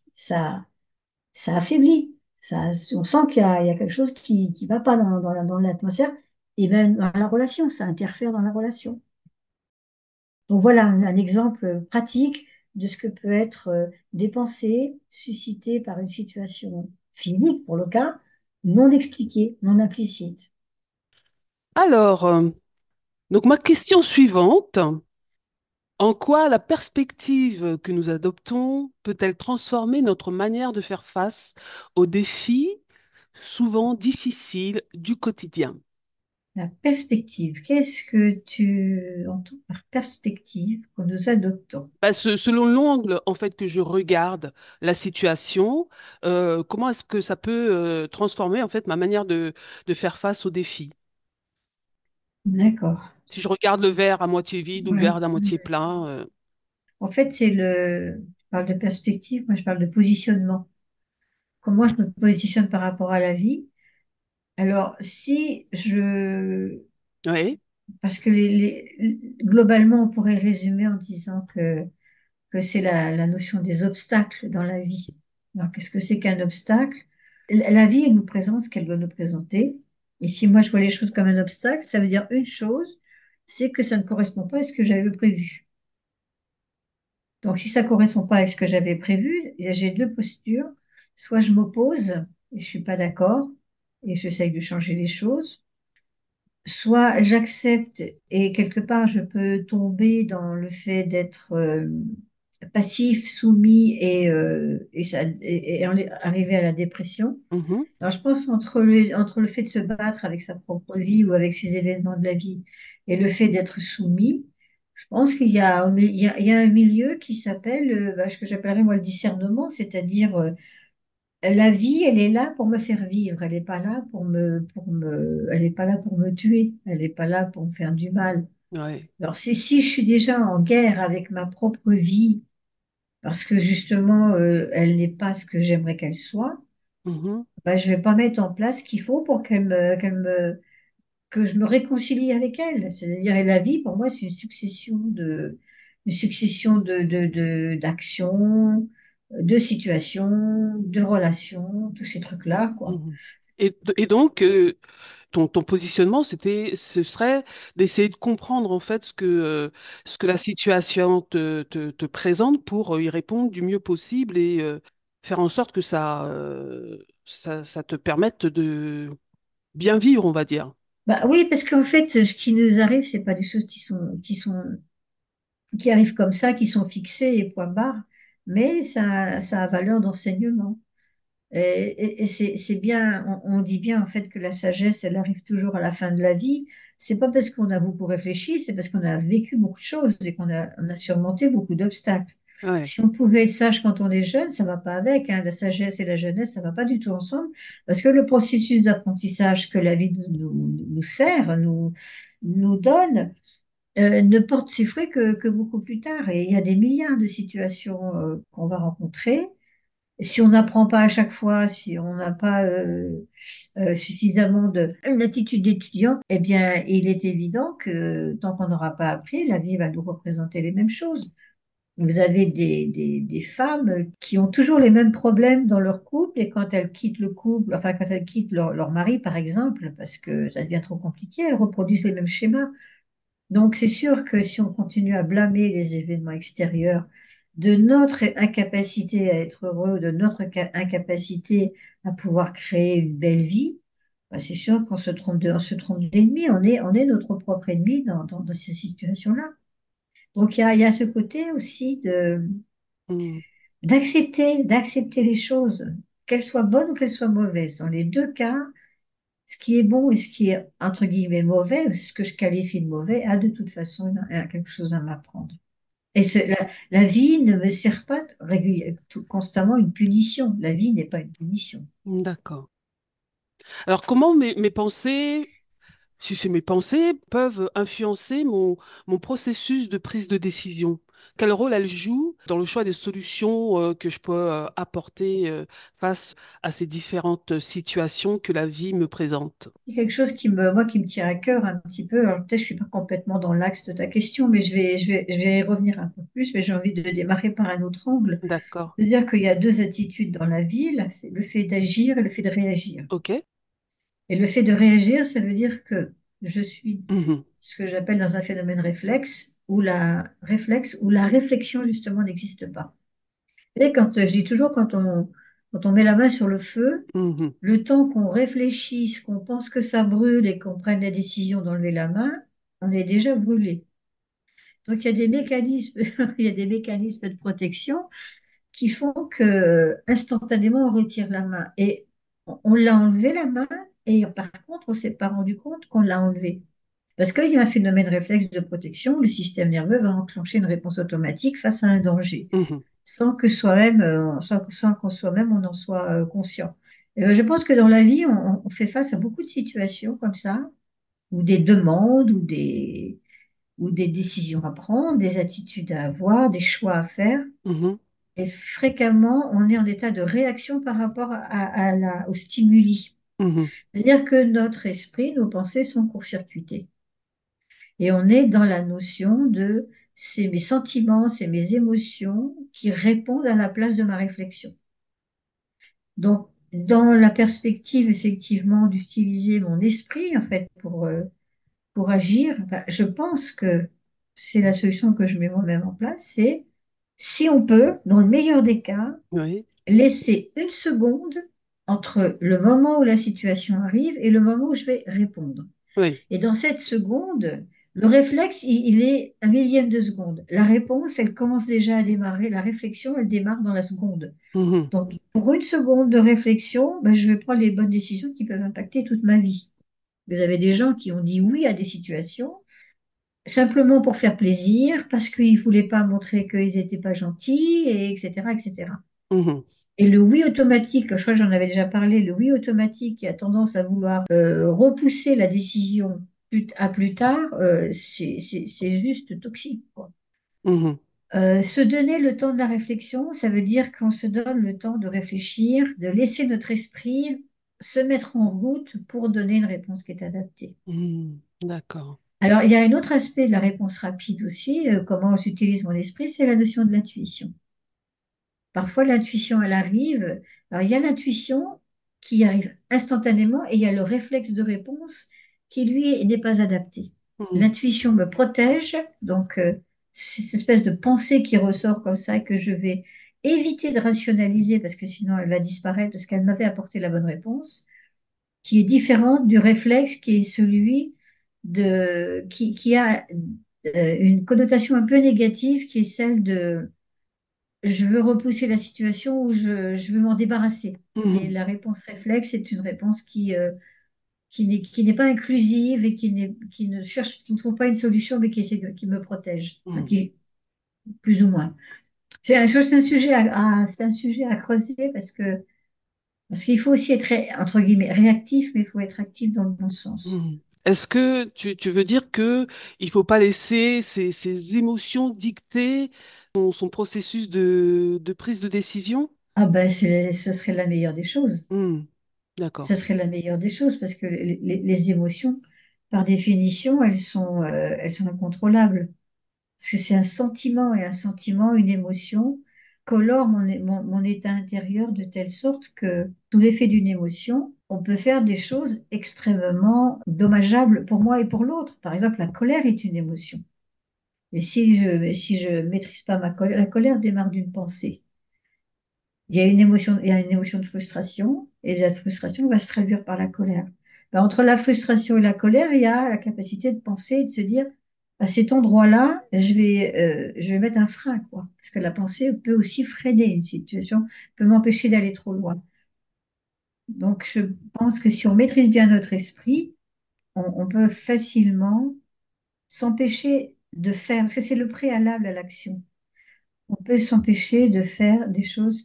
ça affaiblit. Ça, on sent il y a quelque chose qui va pas dans l'atmosphère. Et même dans la relation, ça interfère dans la relation. Donc voilà un exemple pratique de ce que peut être des pensées suscitées par une situation physique, pour le cas, non expliquée, non implicite. Alors, donc ma question suivante, en quoi la perspective que nous adoptons peut-elle transformer notre manière de faire face aux défis souvent difficiles du quotidien? La perspective, qu'est-ce que tu entends par perspective que nous adoptons? Bah, selon l'angle en fait que je regarde la situation, comment est-ce que ça peut transformer en fait ma manière de faire face aux défis? D'accord. Si je regarde le verre à moitié vide ou le Ouais. verre à moitié plein, En fait, je parle de perspective, moi je parle de positionnement. Comment je me positionne par rapport à la vie? Alors, si je, oui. parce que globalement, on pourrait résumer en disant que c'est la notion des obstacles dans la vie. Alors, qu'est-ce que c'est qu'un obstacle? La vie, elle nous présente ce qu'elle doit nous présenter. Et si moi je vois les choses comme un obstacle, ça veut dire une chose, c'est que ça ne correspond pas à ce que j'avais prévu. Donc, si ça ne correspond pas à ce que j'avais prévu, j'ai deux postures. Soit je m'oppose et je suis pas d'accord et j'essaye de changer les choses. Soit j'accepte et quelque part je peux tomber dans le fait d'être passif, soumis arriver à la dépression. Mhm. Alors, je pense entre le fait de se battre avec sa propre vie ou avec ses événements de la vie et le fait d'être soumis, je pense qu'il y a un milieu qui s'appelle ce que j'appellerais moi le discernement, c'est-à-dire la vie, elle est là pour me faire vivre, elle n'est pas là elle n'est pas là pour me tuer, elle n'est pas là pour me faire du mal. Ouais. Alors, si je suis déjà en guerre avec ma propre vie, parce que justement, elle n'est pas ce que j'aimerais qu'elle soit, Mhm. ben, je vais pas mettre en place ce qu'il faut pour que je me réconcilie avec elle. C'est-à-dire, et la vie, pour moi, c'est une succession d'actions, de situations, de relations, tous ces trucs-là, quoi. Mhm. Et donc, ton positionnement, ce serait d'essayer de comprendre en fait ce que la situation te présente pour y répondre du mieux possible et faire en sorte que ça te permette de bien vivre, on va dire. Bah oui, parce qu'en fait, ce qui nous arrive, c'est pas des choses qui arrivent comme ça, qui sont fixées et point barre, mais ça a valeur d'enseignement. Et c'est bien, on dit bien en fait que la sagesse, elle arrive toujours à la fin de la vie, c'est pas parce qu'on a beaucoup réfléchi, c'est parce qu'on a vécu beaucoup de choses et on a surmonté beaucoup d'obstacles. Ouais. Si on pouvait être sage quand on est jeune, ça va pas avec, hein. La sagesse et la jeunesse, ça va pas du tout ensemble, parce que le processus d'apprentissage que la vie nous sert, nous donne, ne porte ses fruits que beaucoup plus tard. Et il y a des milliards de situations qu'on va rencontrer. Si on n'apprend pas à chaque fois, si on n'a pas suffisamment une attitude d'étudiant, eh bien, il est évident que tant qu'on n'aura pas appris, la vie va nous représenter les mêmes choses. Vous avez des femmes qui ont toujours les mêmes problèmes dans leur couple et quand elles quittent le couple, enfin quand elles quittent leur mari par exemple, parce que ça devient trop compliqué, elles reproduisent les mêmes schémas. Donc, c'est sûr que si on continue à blâmer les événements extérieurs de notre incapacité à être heureux, de notre incapacité à pouvoir créer une belle vie, bah, c'est sûr qu'on se trompe on se trompe d'ennemi. On est notre propre ennemi dans ces situations-là. Donc, il y a ce côté aussi Mm. d'accepter les choses, qu'elles soient bonnes ou qu'elles soient mauvaises. Dans les deux cas, ce qui est bon et ce qui est, entre guillemets, mauvais, ou ce que je qualifie de mauvais, a de toute façon quelque chose à m'apprendre. Et la vie ne me sert pas constamment une punition. La vie n'est pas une punition. D'accord. Alors, comment mes pensées, si c'est mes pensées, peuvent influencer mon processus de prise de décision? Quel rôle elles jouent dans le choix des solutions que je peux apporter face à ces différentes situations que la vie me présente? C'est quelque chose moi, qui me tient à cœur un petit peu. Alors, peut-être je suis pas complètement dans l'axe de ta question, mais je vais y revenir un peu plus. Mais j'ai envie de démarrer par un autre angle. D'accord. C'est-à-dire qu'il y a deux attitudes dans la vie, là, c'est le fait d'agir et le fait de réagir. OK. Et le fait de réagir, ça veut dire que je suis Mhm. ce que j'appelle dans un phénomène réflexe, où la réflexion, justement, n'existe pas. Et je dis toujours, quand on met la main sur le feu, Mhm. le temps qu'on réfléchisse, qu'on pense que ça brûle et qu'on prenne la décision d'enlever la main, on est déjà brûlé. Donc, il y a des mécanismes, il y a des mécanismes de protection qui font que instantanément on retire la main. Et on l'a enlevé la main, et par contre, on ne s'est pas rendu compte qu'on l'a enlevé. Parce qu'il y a un phénomène réflexe de protection, le système nerveux va enclencher une réponse automatique face à un danger, Mhm. sans qu'on soit même, on en soit conscient. Et ben, je pense que dans la vie, on fait face à beaucoup de situations comme ça, ou des demandes, ou des décisions à prendre, des attitudes à avoir, des choix à faire. Mhm. Et fréquemment, on est en état de réaction par rapport au stimuli. Mhm. C'est-à-dire que notre esprit, nos pensées sont court-circuitées. Et on est dans la notion de c'est mes sentiments, c'est mes émotions qui répondent à la place de ma réflexion. Donc, dans la perspective, effectivement, d'utiliser mon esprit, en fait, pour agir, ben, je pense que c'est la solution que je mets moi-même en place, c'est si on peut, dans le meilleur des cas, Oui. laisser une seconde entre le moment où la situation arrive et le moment où je vais répondre. Oui. Et dans cette seconde, le réflexe, il est un millième de seconde. La réponse, elle commence déjà à démarrer. La réflexion, elle démarre dans la seconde. Mhm. Donc, pour une seconde de réflexion, ben, je vais prendre les bonnes décisions qui peuvent impacter toute ma vie. Vous avez des gens qui ont dit oui à des situations simplement pour faire plaisir, parce qu'ils ne voulaient pas montrer qu'ils n'étaient pas gentils, et etc., etc. Mhm. Et le oui automatique, je crois que j'en avais déjà parlé, le oui automatique qui a tendance à vouloir repousser la décision à plus tard, c'est juste toxique, quoi. Mhm. Se donner le temps de la réflexion, ça veut dire qu'on se donne le temps de réfléchir, de laisser notre esprit se mettre en route pour donner une réponse qui est adaptée. Mhm. D'accord. Alors, il y a un autre aspect de la réponse rapide aussi, comment j'utilise mon esprit, c'est la notion de l'intuition. Parfois, l'intuition, elle arrive. Alors, il y a l'intuition qui arrive instantanément et il y a le réflexe de réponse qui, lui, n'est pas adapté. Mhm. L'intuition me protège, donc c'est cette espèce de pensée qui ressort comme ça et que je vais éviter de rationaliser parce que sinon elle va disparaître parce qu'elle m'avait apporté la bonne réponse, qui est différente du réflexe qui est celui qui a une connotation un peu négative qui est celle de je veux repousser la situation ou je veux m'en débarrasser. Et Mhm. la réponse réflexe est une réponse qui n'est pas inclusive et qui ne cherche, qui ne trouve pas une solution, mais qui essaie qui me protège, enfin, Hmm. qui, plus ou moins. C'est un sujet c'est un sujet à creuser parce qu'il faut aussi être, entre guillemets, réactif, mais il faut être actif dans le bon sens. Hmm. Est-ce que tu veux dire que il faut pas laisser ses émotions dicter son processus de prise de décision? Ah ben, ce serait la meilleure des choses. Hmm. D'accord. Ce serait la meilleure des choses parce que les émotions, par définition, elles sont incontrôlables. Parce que c'est un sentiment et un sentiment, une émotion, colore mon état intérieur de telle sorte que, sous l'effet d'une émotion, on peut faire des choses extrêmement dommageables pour moi et pour l'autre. Par exemple, la colère est une émotion. Et si je maîtrise pas ma colère, la colère démarre d'une pensée. Il y a une émotion de frustration et la frustration va se traduire par la colère. Ben, entre la frustration et la colère, il y a la capacité de penser et de se dire, à cet endroit-là, je vais mettre un frein, quoi. Parce que la pensée peut aussi freiner une situation, peut m'empêcher d'aller trop loin. Donc, je pense que si on maîtrise bien notre esprit, on peut facilement s'empêcher de faire, parce que c'est le préalable à l'action. On peut s'empêcher de faire des choses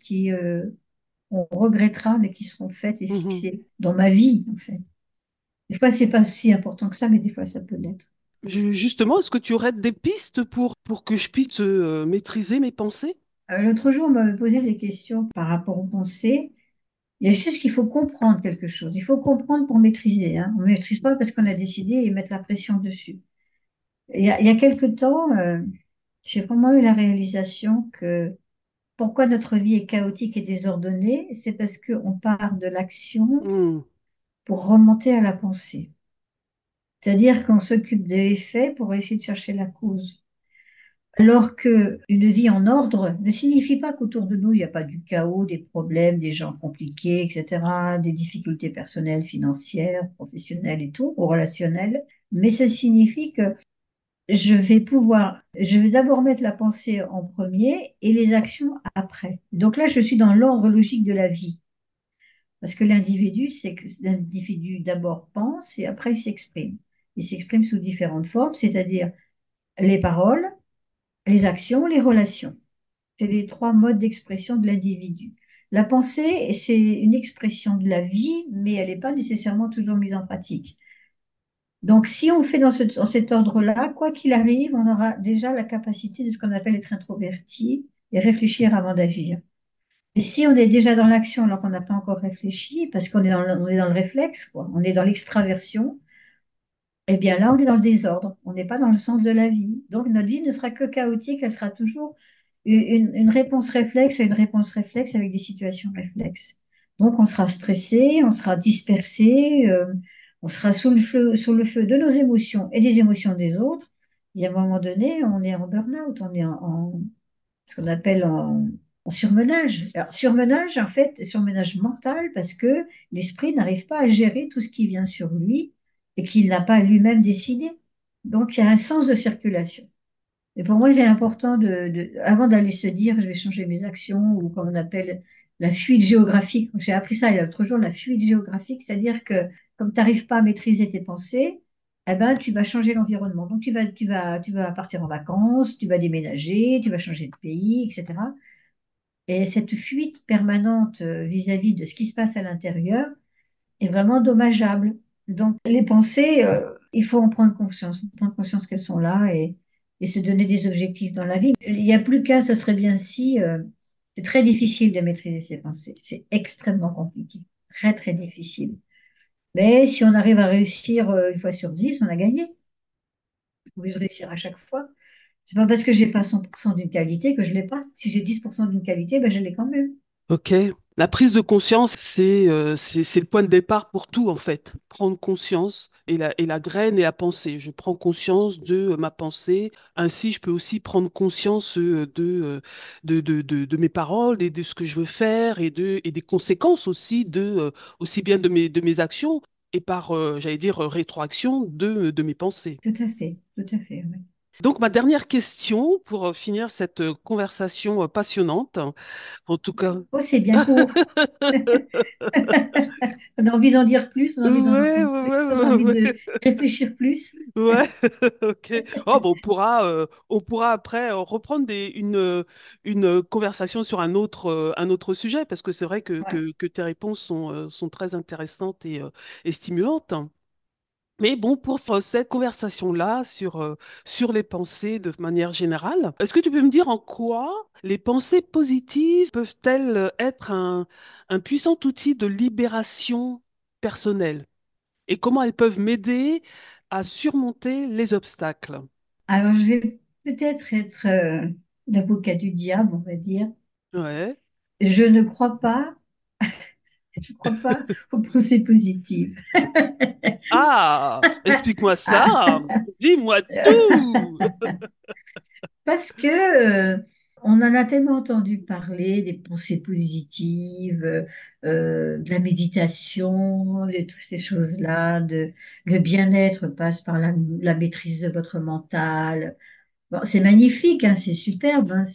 on regrettera, mais qui seront faites et Mhm. fixées dans ma vie, en fait. Des fois, c'est pas si important que ça, mais des fois, ça peut l'être. Justement, est-ce que tu aurais des pistes pour que je puisse maîtriser mes pensées? L'autre jour, on m'avait posé des questions par rapport aux pensées. Il y a juste qu'il faut comprendre quelque chose. Il faut comprendre pour maîtriser, hein. On ne maîtrise pas parce qu'on a décidé et mettre la pression dessus. Il y a quelque temps, j'ai vraiment eu la réalisation que pourquoi notre vie est chaotique et désordonnée, c'est parce qu'on part de l'action Hmm. pour remonter à la pensée. C'est-à-dire qu'on s'occupe de l'effet pour essayer de chercher la cause. Alors que une vie en ordre ne signifie pas qu'autour de nous, il n'y a pas du chaos, des problèmes, des gens compliqués, etc., des difficultés personnelles, financières, professionnelles et tout, ou relationnelles. Mais ça signifie que je vais d'abord mettre la pensée en premier et les actions après. Donc là, je suis dans l'ordre logique de la vie. Parce que l'individu, c'est que l'individu d'abord pense et après il s'exprime. Il s'exprime sous différentes formes, c'est-à-dire les paroles, les actions, les relations. C'est les trois modes d'expression de l'individu. La pensée, c'est une expression de la vie, mais elle n'est pas nécessairement toujours mise en pratique. Donc, si on fait dans cet ordre-là, quoi qu'il arrive, on aura déjà la capacité de ce qu'on appelle être introverti et réfléchir avant d'agir. Et si on est déjà dans l'action alors qu'on n'a pas encore réfléchi, parce on est dans le réflexe, quoi, on est dans l'extraversion, eh bien là, on est dans le désordre, on n'est pas dans le sens de la vie. Donc notre vie ne sera que chaotique, elle sera toujours une réponse réflexe à une réponse réflexe avec des situations réflexes. Donc on sera stressé, on sera dispersé, on sera sous le feu de nos émotions et des émotions des autres. Et à un moment donné, on est en burn-out, on est ce qu'on appelle en surmenage. Alors, surmenage, en fait, surmenage mental parce que l'esprit n'arrive pas à gérer tout ce qui vient sur lui et qu'il n'a pas lui-même décidé. Donc, il y a un sens de circulation. Et pour moi, il est important avant d'aller se dire, je vais changer mes actions ou comme on appelle la fuite géographique. J'ai appris ça il y a l'autre jour, la fuite géographique, c'est-à-dire que comme tu n'arrives pas à maîtriser tes pensées, eh ben, tu vas changer l'environnement. Donc, tu vas partir en vacances, tu vas déménager, tu vas changer de pays, etc. Et cette fuite permanente vis-à-vis de ce qui se passe à l'intérieur est vraiment dommageable. Donc, les pensées, il faut en prendre conscience qu'elles sont là et se donner des objectifs dans la vie. Il n'y a plus qu'un, ce serait bien si, c'est très difficile de maîtriser ses pensées. C'est extrêmement compliqué. Très, très difficile. Mais si on arrive à réussir une fois sur 10, on a gagné. On peut réussir à chaque fois. C'est pas parce que j'ai pas 100% d'une qualité que je l'ai pas. Si j'ai 10% d'une qualité, ben je l'ai quand même. Ok. La prise de conscience, c'est le point de départ pour tout, en fait. Prendre conscience et la graine et la pensée. Je prends conscience de ma pensée. Ainsi, je peux aussi prendre conscience de mes paroles et de ce que je veux faire et des conséquences aussi aussi bien de mes actions et par, j'allais dire, rétroaction de mes pensées. Tout à fait, oui. Donc, ma dernière question pour finir cette conversation passionnante, en tout cas. Oh, c'est bien court. On a envie d'en dire plus, on a envie d'en Ouais, ouais, entendre plus, on a ouais, envie ouais, de ouais. réfléchir plus. Ouais, ok. Oh, bon, on pourra après reprendre une conversation sur un autre sujet, parce que c'est vrai Ouais. que tes réponses sont très intéressantes et stimulantes. Mais bon, pour faire cette conversation-là sur les pensées de manière générale, est-ce que tu peux me dire en quoi les pensées positives peuvent-elles être un puissant outil de libération personnelle et comment elles peuvent m'aider à surmonter les obstacles? Alors, je vais peut-être être l'avocat du diable, on va dire. Ouais. Je ne crois pas, je crois pas aux pensées positives. Ah, explique-moi ça. Ah, Dis-moi tout. parce que on en a tellement entendu parler des pensées positives, de la méditation, de toutes ces choses-là, le bien-être passe par la maîtrise de votre mental. Bon, c'est magnifique, hein, c'est superbe, hein,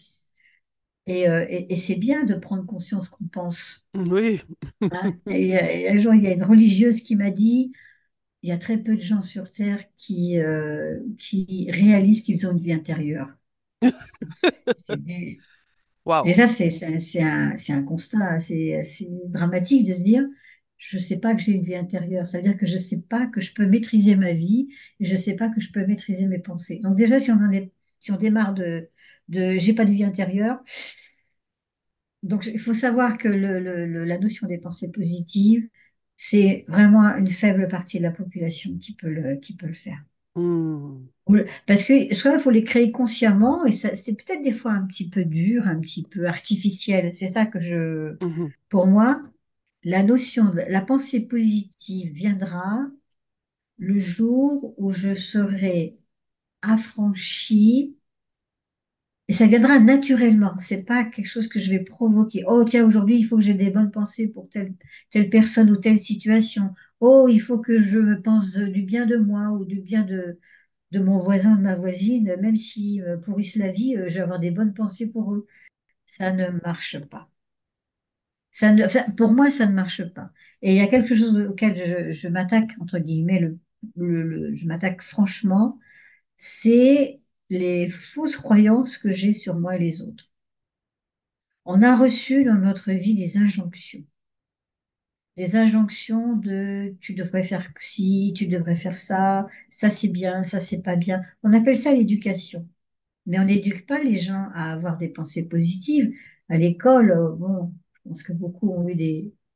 et c'est bien de prendre conscience qu'on pense. Oui. Hein. Et un jour, il y a une religieuse qui m'a dit, il y a très peu de gens sur Terre qui réalisent qu'ils ont une vie intérieure. C'est du- Waouh. Déjà, c'est un constat assez dramatique de se dire, je ne sais pas que j'ai une vie intérieure. Ça veut dire que je ne sais pas que je peux maîtriser ma vie, et je ne sais pas que je peux maîtriser mes pensées. Donc déjà, si on démarre de j'ai pas de vie intérieure, donc il faut savoir que la notion des pensées positives, c'est vraiment une faible partie de la population qui peut le faire. Hmm. Parce que soit il faut les créer consciemment, et ça, c'est peut-être des fois un petit peu dur, un petit peu artificiel. C'est ça Mhm. pour moi, la notion de la pensée positive viendra le jour où je serai affranchie, et ça viendra naturellement. C'est pas quelque chose que je vais provoquer. Oh, tiens, aujourd'hui, il faut que j'ai des bonnes pensées pour telle personne ou telle situation. Oh, il faut que je me pense du bien de moi ou du bien de mon voisin, de ma voisine, même si pourrissent la vie, je vais avoir des bonnes pensées pour eux. Ça ne marche pas. Enfin, pour moi, ça ne marche pas. Et il y a quelque chose auquel je m'attaque, entre guillemets, je m'attaque franchement, c'est les fausses croyances que j'ai sur moi et les autres. On a reçu dans notre vie des injonctions de tu devrais faire ci, tu devrais faire ça c'est bien, ça c'est pas bien. On appelle ça l'éducation. Mais on n'éduque pas les gens à avoir des pensées positives. À l'école, bon, je pense que beaucoup ont eu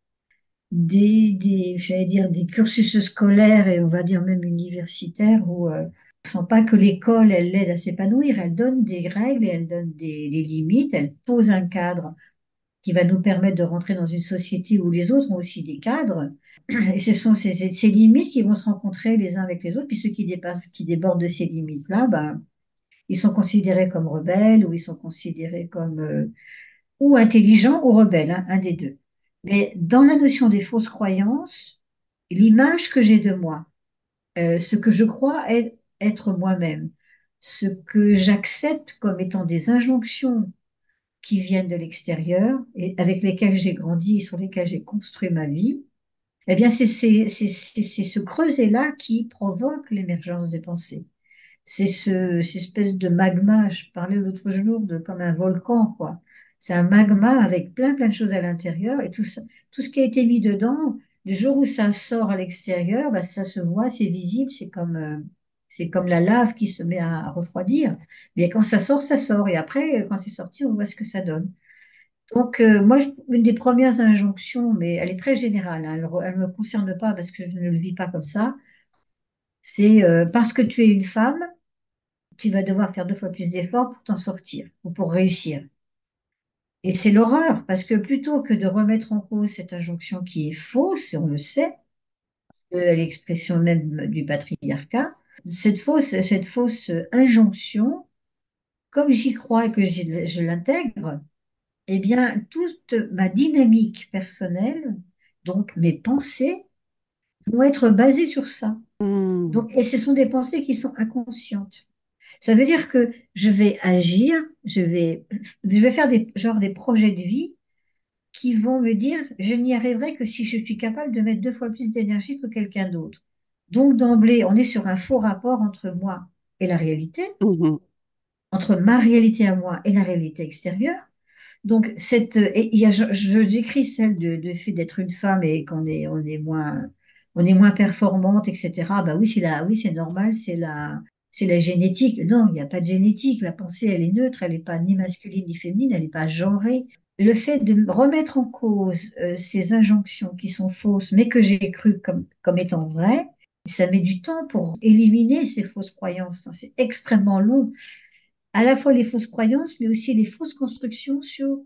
j'allais dire, des cursus scolaires et on va dire même universitaires où ne sent pas que l'école, elle l'aide à s'épanouir. Elle donne des règles et elle donne des limites. Elle pose un cadre qui va nous permettre de rentrer dans une société où les autres ont aussi des cadres. Et ce sont ces limites qui vont se rencontrer les uns avec les autres. Puis ceux qui dépassent, qui débordent de ces limites-là, ben, ils sont considérés comme rebelles ou ils sont considérés comme ou intelligents ou rebelles, hein, un des deux. Mais dans la notion des fausses croyances, l'image que j'ai de moi, ce que je crois être moi-même, ce que j'accepte comme étant des injonctions qui viennent de l'extérieur et avec lesquelles j'ai grandi et sur lesquelles j'ai construit ma vie, eh bien, c'est ce creuset-là qui provoque l'émergence des pensées. C'est cette espèce de magma, je parlais l'autre jour de comme un volcan, quoi. C'est un magma avec plein de choses à l'intérieur et tout ça, tout ce qui a été mis dedans, le jour où ça sort à l'extérieur, bah, ça se voit, c'est visible, c'est comme la lave qui se met à refroidir. Mais quand ça sort, ça sort. Et après, quand c'est sorti, on voit ce que ça donne. Donc, moi, une des premières injonctions, mais elle est très générale, hein, elle ne me concerne pas parce que je ne le vis pas comme ça, c'est parce que tu es une femme, tu vas devoir faire deux fois plus d'efforts pour t'en sortir ou pour réussir. Et c'est l'horreur, parce que plutôt que de remettre en cause cette injonction qui est fausse, et on le sait, l'expression même du patriarcat, cette fausse injonction, comme j'y crois et que je l'intègre, eh bien, toute ma dynamique personnelle, donc mes pensées, vont être basées sur ça. Hmm. Donc, et ce sont des pensées qui sont inconscientes. Ça veut dire que je vais agir, je vais faire des projets de vie qui vont me dire, je n'y arriverai que si je suis capable de mettre deux fois plus d'énergie que quelqu'un d'autre. Donc d'emblée, on est sur un faux rapport entre moi et la réalité, Mhm. entre ma réalité à moi et la réalité extérieure. Donc, et il y a, j'écris celle de fait d'être une femme et on est moins performante, etc. Bah oui, oui, c'est normal, c'est la génétique. Non, il n'y a pas de génétique. La pensée, elle est neutre, elle n'est pas ni masculine ni féminine, elle n'est pas genrée. Le fait de remettre en cause ces injonctions qui sont fausses, mais que j'ai crues comme étant vraies, ça met du temps pour éliminer ces fausses croyances. C'est extrêmement long, à la fois les fausses croyances, mais aussi les fausses constructions sur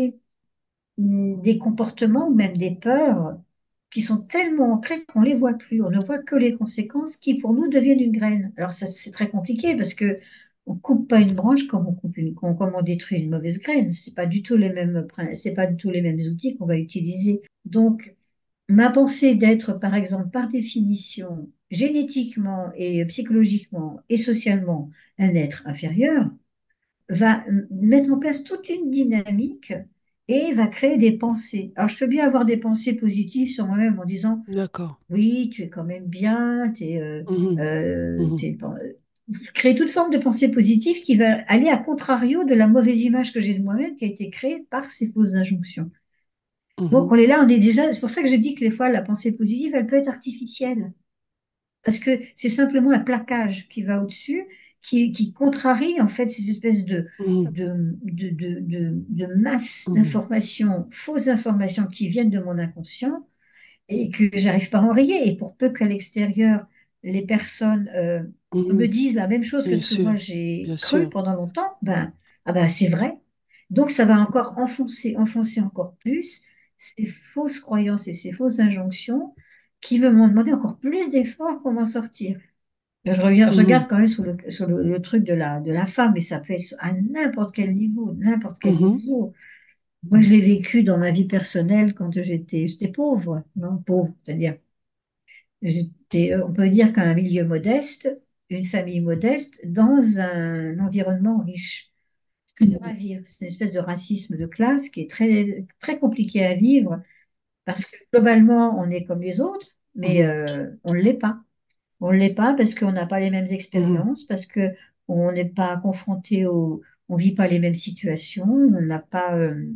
des comportements ou même des peurs qui sont tellement ancrées qu'on ne les voit plus. On ne voit que les conséquences qui, pour nous, deviennent une graine. Alors, ça, c'est très compliqué parce que on coupe pas une branche comme comme on détruit une mauvaise graine. C'est pas du tout c'est pas du tout les mêmes outils qu'on va utiliser. Donc, ma pensée d'être, par exemple, par définition, génétiquement et psychologiquement et socialement un être inférieur, va mettre en place toute une dynamique et va créer des pensées. Alors, je peux bien avoir des pensées positives sur moi-même en disant, D'accord. oui, tu es quand même bien, Mhm. Mhm. créer toute forme de pensée positive qui va aller à contrario de la mauvaise image que j'ai de moi-même qui a été créée par ces fausses injonctions. Donc, Mhm. on est là, on est déjà, c'est pour ça que je dis que des fois, la pensée positive, elle peut être artificielle. Parce que c'est simplement un plaquage qui va au-dessus, qui contrarie en fait ces espèces Mhm. de masse Mhm. d'informations, fausses informations qui viennent de mon inconscient et que j'arrive pas à enrayer. Et pour peu qu'à l'extérieur, les personnes me Mhm. disent la même chose que Bien ce que moi sûr, j'ai bien cru sûr. pendant longtemps, ben, ah ben c'est vrai. Donc ça va encore enfoncer encore plus ces fausses croyances et ces fausses injonctions qui me m'ont demandé encore plus d'efforts pour m'en sortir. Je Mhm. regarde quand même sur le truc de la femme, et ça peut être à n'importe quel niveau, n'importe quel Mhm. niveau. Moi, je l'ai vécu dans ma vie personnelle quand j'étais pauvre, non, pauvre, c'est-à-dire, on peut dire qu'un milieu modeste, une famille modeste, dans un environnement riche. C'est très dur à vivre. C'est une espèce de racisme de classe qui est très, très compliqué à vivre parce que globalement, on est comme les autres, mais Mhm. on ne l'est pas. On ne l'est pas parce qu'on n'a pas les mêmes Mhm. expériences, parce que on n'est pas confronté on vit pas les mêmes situations, on n'a pas.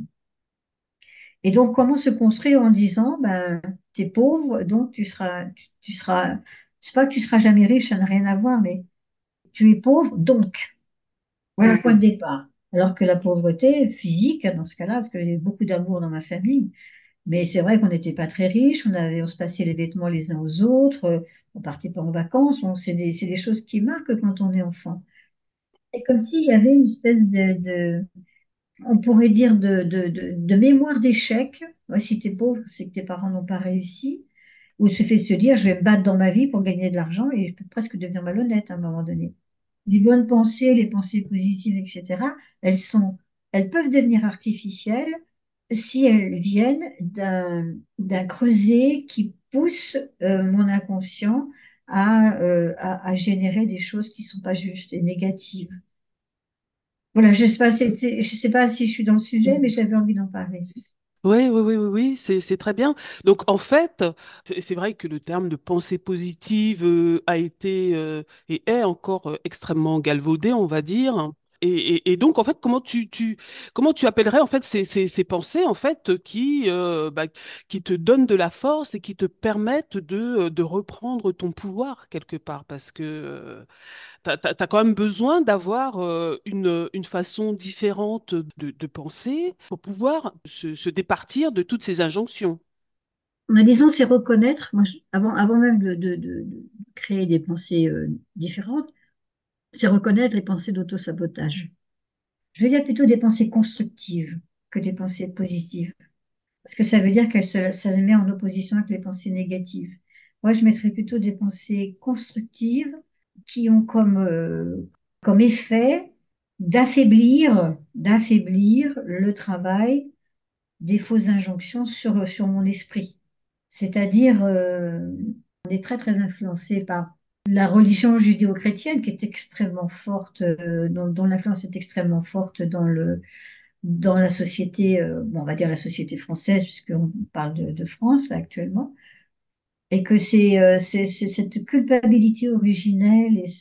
Et donc, comment se construire en disant, ben, t'es pauvre, donc tu seras, c'est pas que tu seras jamais riche, ça n'a rien à voir, mais tu es pauvre, donc voilà le point de départ. Alors que la pauvreté physique, dans ce cas-là, parce que j'ai beaucoup d'amour dans ma famille, mais c'est vrai qu'on n'était pas très riches, on se passait les vêtements les uns aux autres, on partait pas en vacances, c'est des choses qui marquent quand on est enfant. C'est comme s'il y avait une espèce on pourrait dire de mémoire d'échec. Ouais, si tu es pauvre, c'est que tes parents n'ont pas réussi. Ou le fait de se dire, je vais me battre dans ma vie pour gagner de l'argent et je peux presque devenir malhonnête à un moment donné. Les bonnes pensées, les pensées positives, etc., elles sont, elles peuvent devenir artificielles si elles viennent d'un creuset qui pousse mon inconscient à générer des choses qui ne sont pas justes et négatives. Voilà, je sais pas, je sais pas si je suis dans le sujet, mais Mhm. j'avais envie d'en parler. Oui, oui, oui, oui, oui, c'est très bien. Donc, en fait, c'est vrai que le terme de pensée positive a été et est encore extrêmement galvaudé, on va dire. Et donc, en fait, comment tu appellerais en fait ces pensées en fait qui te donnent de la force et qui te permettent de reprendre ton pouvoir quelque part, parce que t'as quand même besoin d'avoir une façon différente de penser pour pouvoir se départir de toutes ces injonctions. Mais disons, c'est reconnaître, avant même de créer des pensées différentes, c'est reconnaître les pensées d'auto-sabotage. Je veux dire plutôt des pensées constructives que des pensées positives. Parce que ça veut dire ça se met en opposition avec les pensées négatives. Moi, je mettrais plutôt des pensées constructives qui ont comme effet d'affaiblir le travail des fausses injonctions sur mon esprit. C'est-à-dire, on est très, très influencé par la religion judéo-chrétienne qui est extrêmement forte, dont l'influence est extrêmement forte dans la société, bon, on va dire la société française, puisqu'on parle de France là, actuellement, et que c'est cette culpabilité originelle et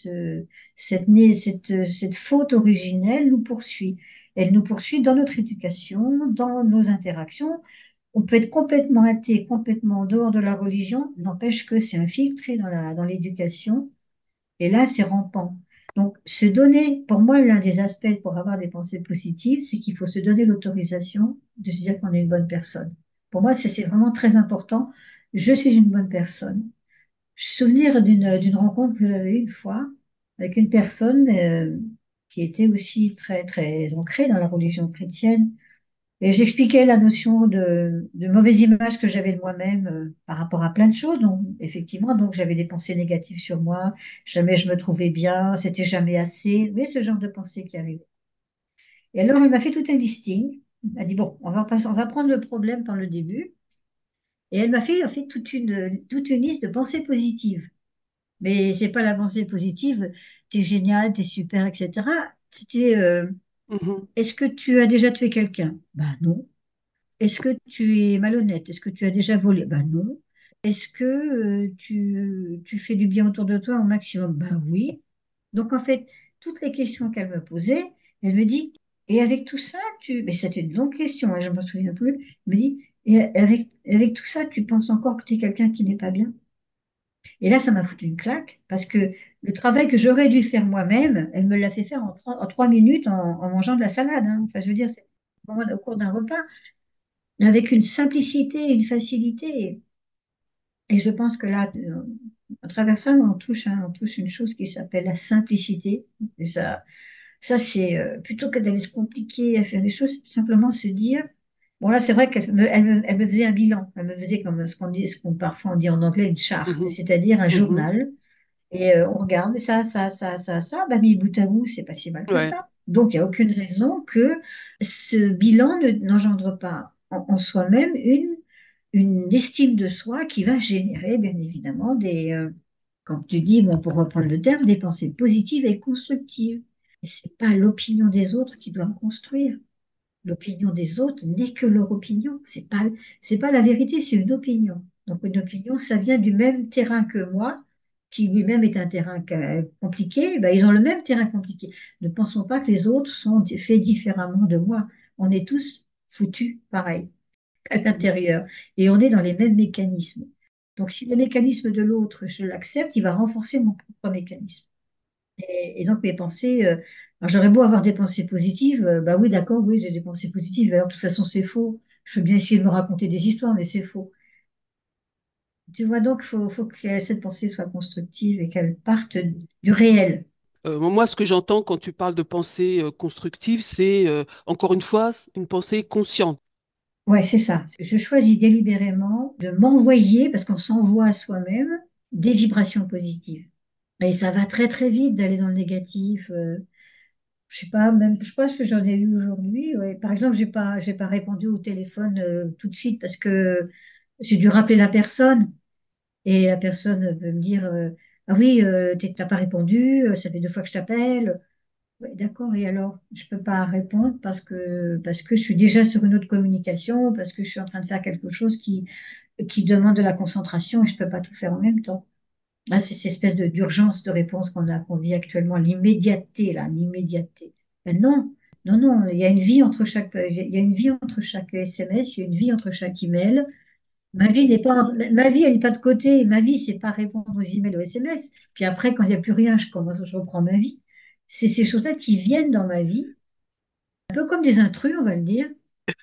cette faute originelle nous poursuit. Elle nous poursuit dans notre éducation, dans nos interactions. On peut être complètement athée, complètement en dehors de la religion, n'empêche que c'est infiltré dans l'éducation et là, c'est rampant. Donc, se donner, pour moi, l'un des aspects pour avoir des pensées positives, c'est qu'il faut se donner l'autorisation de se dire qu'on est une bonne personne. Pour moi, c'est vraiment très important. Je suis une bonne personne. Je me souviens d'une rencontre que j'avais eue une fois avec une personne qui était aussi très, très ancrée dans la religion chrétienne. Et j'expliquais la notion de mauvaise image que j'avais de moi-même par rapport à plein de choses. Donc, effectivement, donc j'avais des pensées négatives sur moi. Jamais je me trouvais bien, c'était jamais assez. Vous voyez ce genre de pensée qui arrive. Et alors, elle m'a fait tout un listing. Elle m'a dit, bon, on va prendre le problème par le début. Et elle m'a fait, en fait toute une liste de pensées positives. Mais c'est pas la pensée positive, t'es génial, t'es super, etc. C'était, Mhm. est-ce que tu as déjà tué quelqu'un? Ben non. Est-ce que tu es malhonnête? Est-ce que tu as déjà volé? Ben non. Est-ce que tu fais du bien autour de toi au maximum? Ben oui. Donc en fait, toutes les questions qu'elle me posait, elle me dit, et avec tout ça, mais c'était une longue question, hein, je ne me souviens plus, elle me dit, et avec tout ça, tu penses encore que tu es quelqu'un qui n'est pas bien? Et là, ça m'a foutu une claque, parce que le travail que j'aurais dû faire moi-même, elle me l'a fait faire en 3 minutes en mangeant de la salade, hein. Enfin, je veux dire, c'est au cours d'un repas avec une simplicité, une facilité. Et je pense que là, à travers ça, on touche une chose qui s'appelle la simplicité. Et ça c'est plutôt que d'aller se compliquer à faire des choses, simplement se dire. Bon, là, c'est vrai elle me faisait un bilan. Elle me faisait comme ce qu'on parfois on dit en anglais une charte, Mhm. c'est-à-dire un Mhm. journal. Et on regarde ça, bah, mis bout à bout, c'est pas si mal que Ouais. ça. Donc, il n'y a aucune raison que ce bilan n'engendre pas en soi-même une estime de soi qui va générer, bien évidemment, comme tu dis, bon, pour reprendre le terme, des pensées positives et constructives. Et c'est pas l'opinion des autres qui doit me construire. L'opinion des autres n'est que leur opinion. C'est pas la vérité, c'est une opinion. Donc une opinion, ça vient du même terrain que moi, qui lui-même est un terrain compliqué. Ben, ils ont le même terrain compliqué. Ne pensons pas que les autres sont faits différemment de moi. On est tous foutus pareil à l'intérieur. Et on est dans les mêmes mécanismes. Donc si le mécanisme de l'autre, je l'accepte, il va renforcer mon propre mécanisme. Et donc mes pensées, alors j'aurais beau avoir des pensées positives, bah oui, d'accord, oui, j'ai des pensées positives. Alors de toute façon, c'est faux. Je veux bien essayer de me raconter des histoires, mais c'est faux. Tu vois, donc faut que cette pensée soit constructive et qu'elle parte du réel. Moi, ce que j'entends quand tu parles de pensée constructive, c'est encore une fois une pensée consciente. Ouais, c'est ça. Je choisis délibérément de m'envoyer, parce qu'on s'envoie à soi-même, des vibrations positives. Et ça va très très vite d'aller dans le négatif. Je sais pas, même, je pense que j'en ai eu aujourd'hui. Ouais. Par exemple, j'ai pas répondu au téléphone tout de suite parce que j'ai dû rappeler la personne et la personne peut me dire ah oui, t'as pas répondu, ça fait 2 fois que je t'appelle. Ouais, d'accord, et alors, je peux pas répondre parce que je suis déjà sur une autre communication, parce que je suis en train de faire quelque chose qui demande de la concentration et je peux pas tout faire en même temps. Ah, c'est cette espèce d'urgence de réponse qu'on vit actuellement, l'immédiateté, là, l'immédiateté. Ben non, non, non, il y a une vie entre il y a une vie entre chaque SMS, il y a une vie entre chaque email. Ma vie, elle n'est pas de côté. Ma vie, c'est pas répondre aux emails, aux SMS. Puis après, quand il n'y a plus rien, je reprends ma vie. C'est ces choses-là qui viennent dans ma vie, un peu comme des intrus, on va le dire,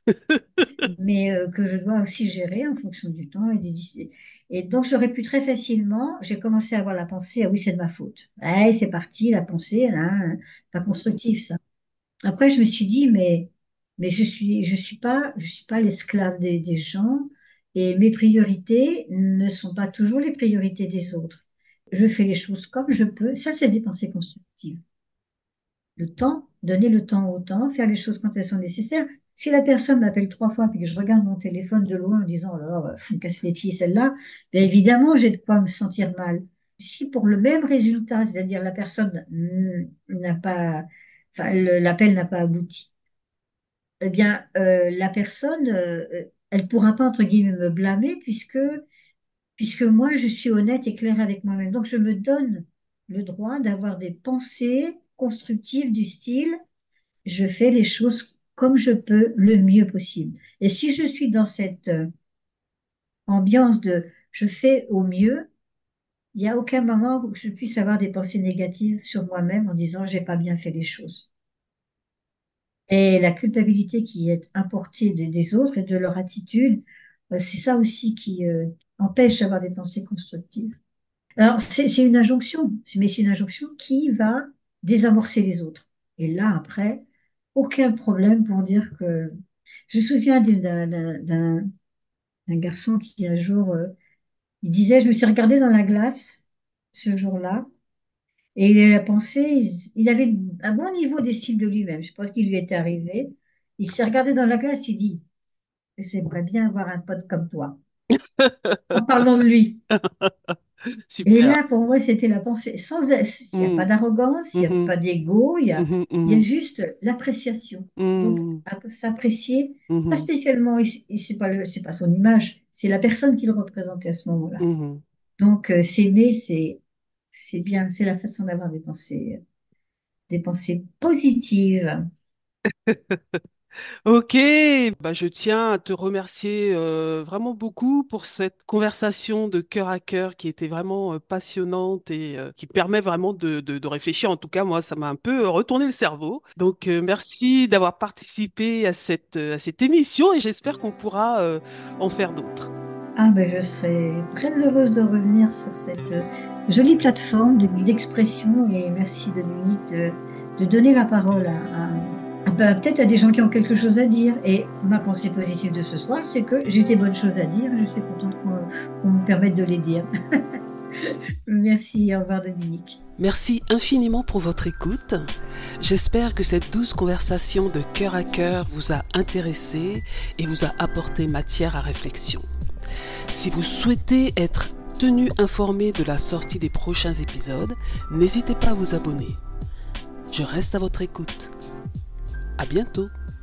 mais que je dois aussi gérer en fonction du temps et donc j'aurais pu très facilement, j'ai commencé à avoir la pensée, ah oui, c'est de ma faute. Ouais, c'est parti, la pensée, là, hein, pas constructif ça. Après, je me suis dit, mais je suis pas l'esclave des gens et mes priorités ne sont pas toujours les priorités des autres. Je fais les choses comme je peux. Ça, c'est des pensées constructives. Le temps, donner le temps au temps, faire les choses quand elles sont nécessaires. Si la personne m'appelle 3 fois et que je regarde mon téléphone de loin en disant, oh là là, me casse les pieds celle-là, bien évidemment, j'ai de quoi me sentir mal. si pour le même résultat, c'est-à-dire la personne n'a pas, enfin, l'appel n'a pas abouti, eh bien, la personne, elle pourra pas, entre guillemets, me blâmer puisque moi, je suis honnête et claire avec moi-même. Donc, je me donne le droit d'avoir des pensées constructives du style, je fais les choses comme je peux, le mieux possible. Et si je suis dans cette ambiance de je fais au mieux, il n'y a aucun moment où je puisse avoir des pensées négatives sur moi-même en disant j'ai pas bien fait les choses. Et la culpabilité qui est importée des autres et de leur attitude, c'est ça aussi qui empêche d'avoir des pensées constructives. Alors, c'est une injonction, mais c'est une injonction qui va désamorcer les autres. Et là, après, aucun problème pour dire que... Je me souviens d'un garçon qui, un jour, il disait, je me suis regardé dans la glace ce jour-là, et il a pensé, il avait un bon niveau d'estime de lui-même. Je pense qu'il lui était arrivé. Il s'est regardé dans la glace, il dit, j'aimerais bien avoir un pote comme toi, en parlant de lui. Et Super. là, pour moi, c'était la pensée. Il n'y a pas Mm, d'arrogance, il n'y a mhm, pas d'ego, mhm, il y a mhm, juste l'appréciation. Donc, mm, s'apprécier, pas mhm, spécialement, c'est pas son image, c'est la personne qu'il représentait à ce moment-là. mhm. Donc, s'aimer, c'est bien, c'est la façon d'avoir des pensées positives. Ok, bah, je tiens à te remercier vraiment beaucoup pour cette conversation de cœur à cœur qui était vraiment passionnante et qui permet vraiment de réfléchir. En tout cas, moi, ça m'a un peu retourné le cerveau. Donc, merci d'avoir participé à cette émission et j'espère qu'on pourra en faire d'autres. Ah ben, je serais très heureuse de revenir sur cette jolie plateforme d'expression et merci Dominique de donner la parole peut-être à des gens qui ont quelque chose à dire. Et ma pensée positive de ce soir, c'est que j'ai des bonnes choses à dire. Je suis contente qu'on me permette de les dire. Merci, au revoir Dominique. Merci infiniment pour votre écoute. J'espère que cette douce conversation de cœur à cœur vous a intéressé et vous a apporté matière à réflexion. Si vous souhaitez être tenu informé de la sortie des prochains épisodes, n'hésitez pas à vous abonner. Je reste à votre écoute. À bientôt.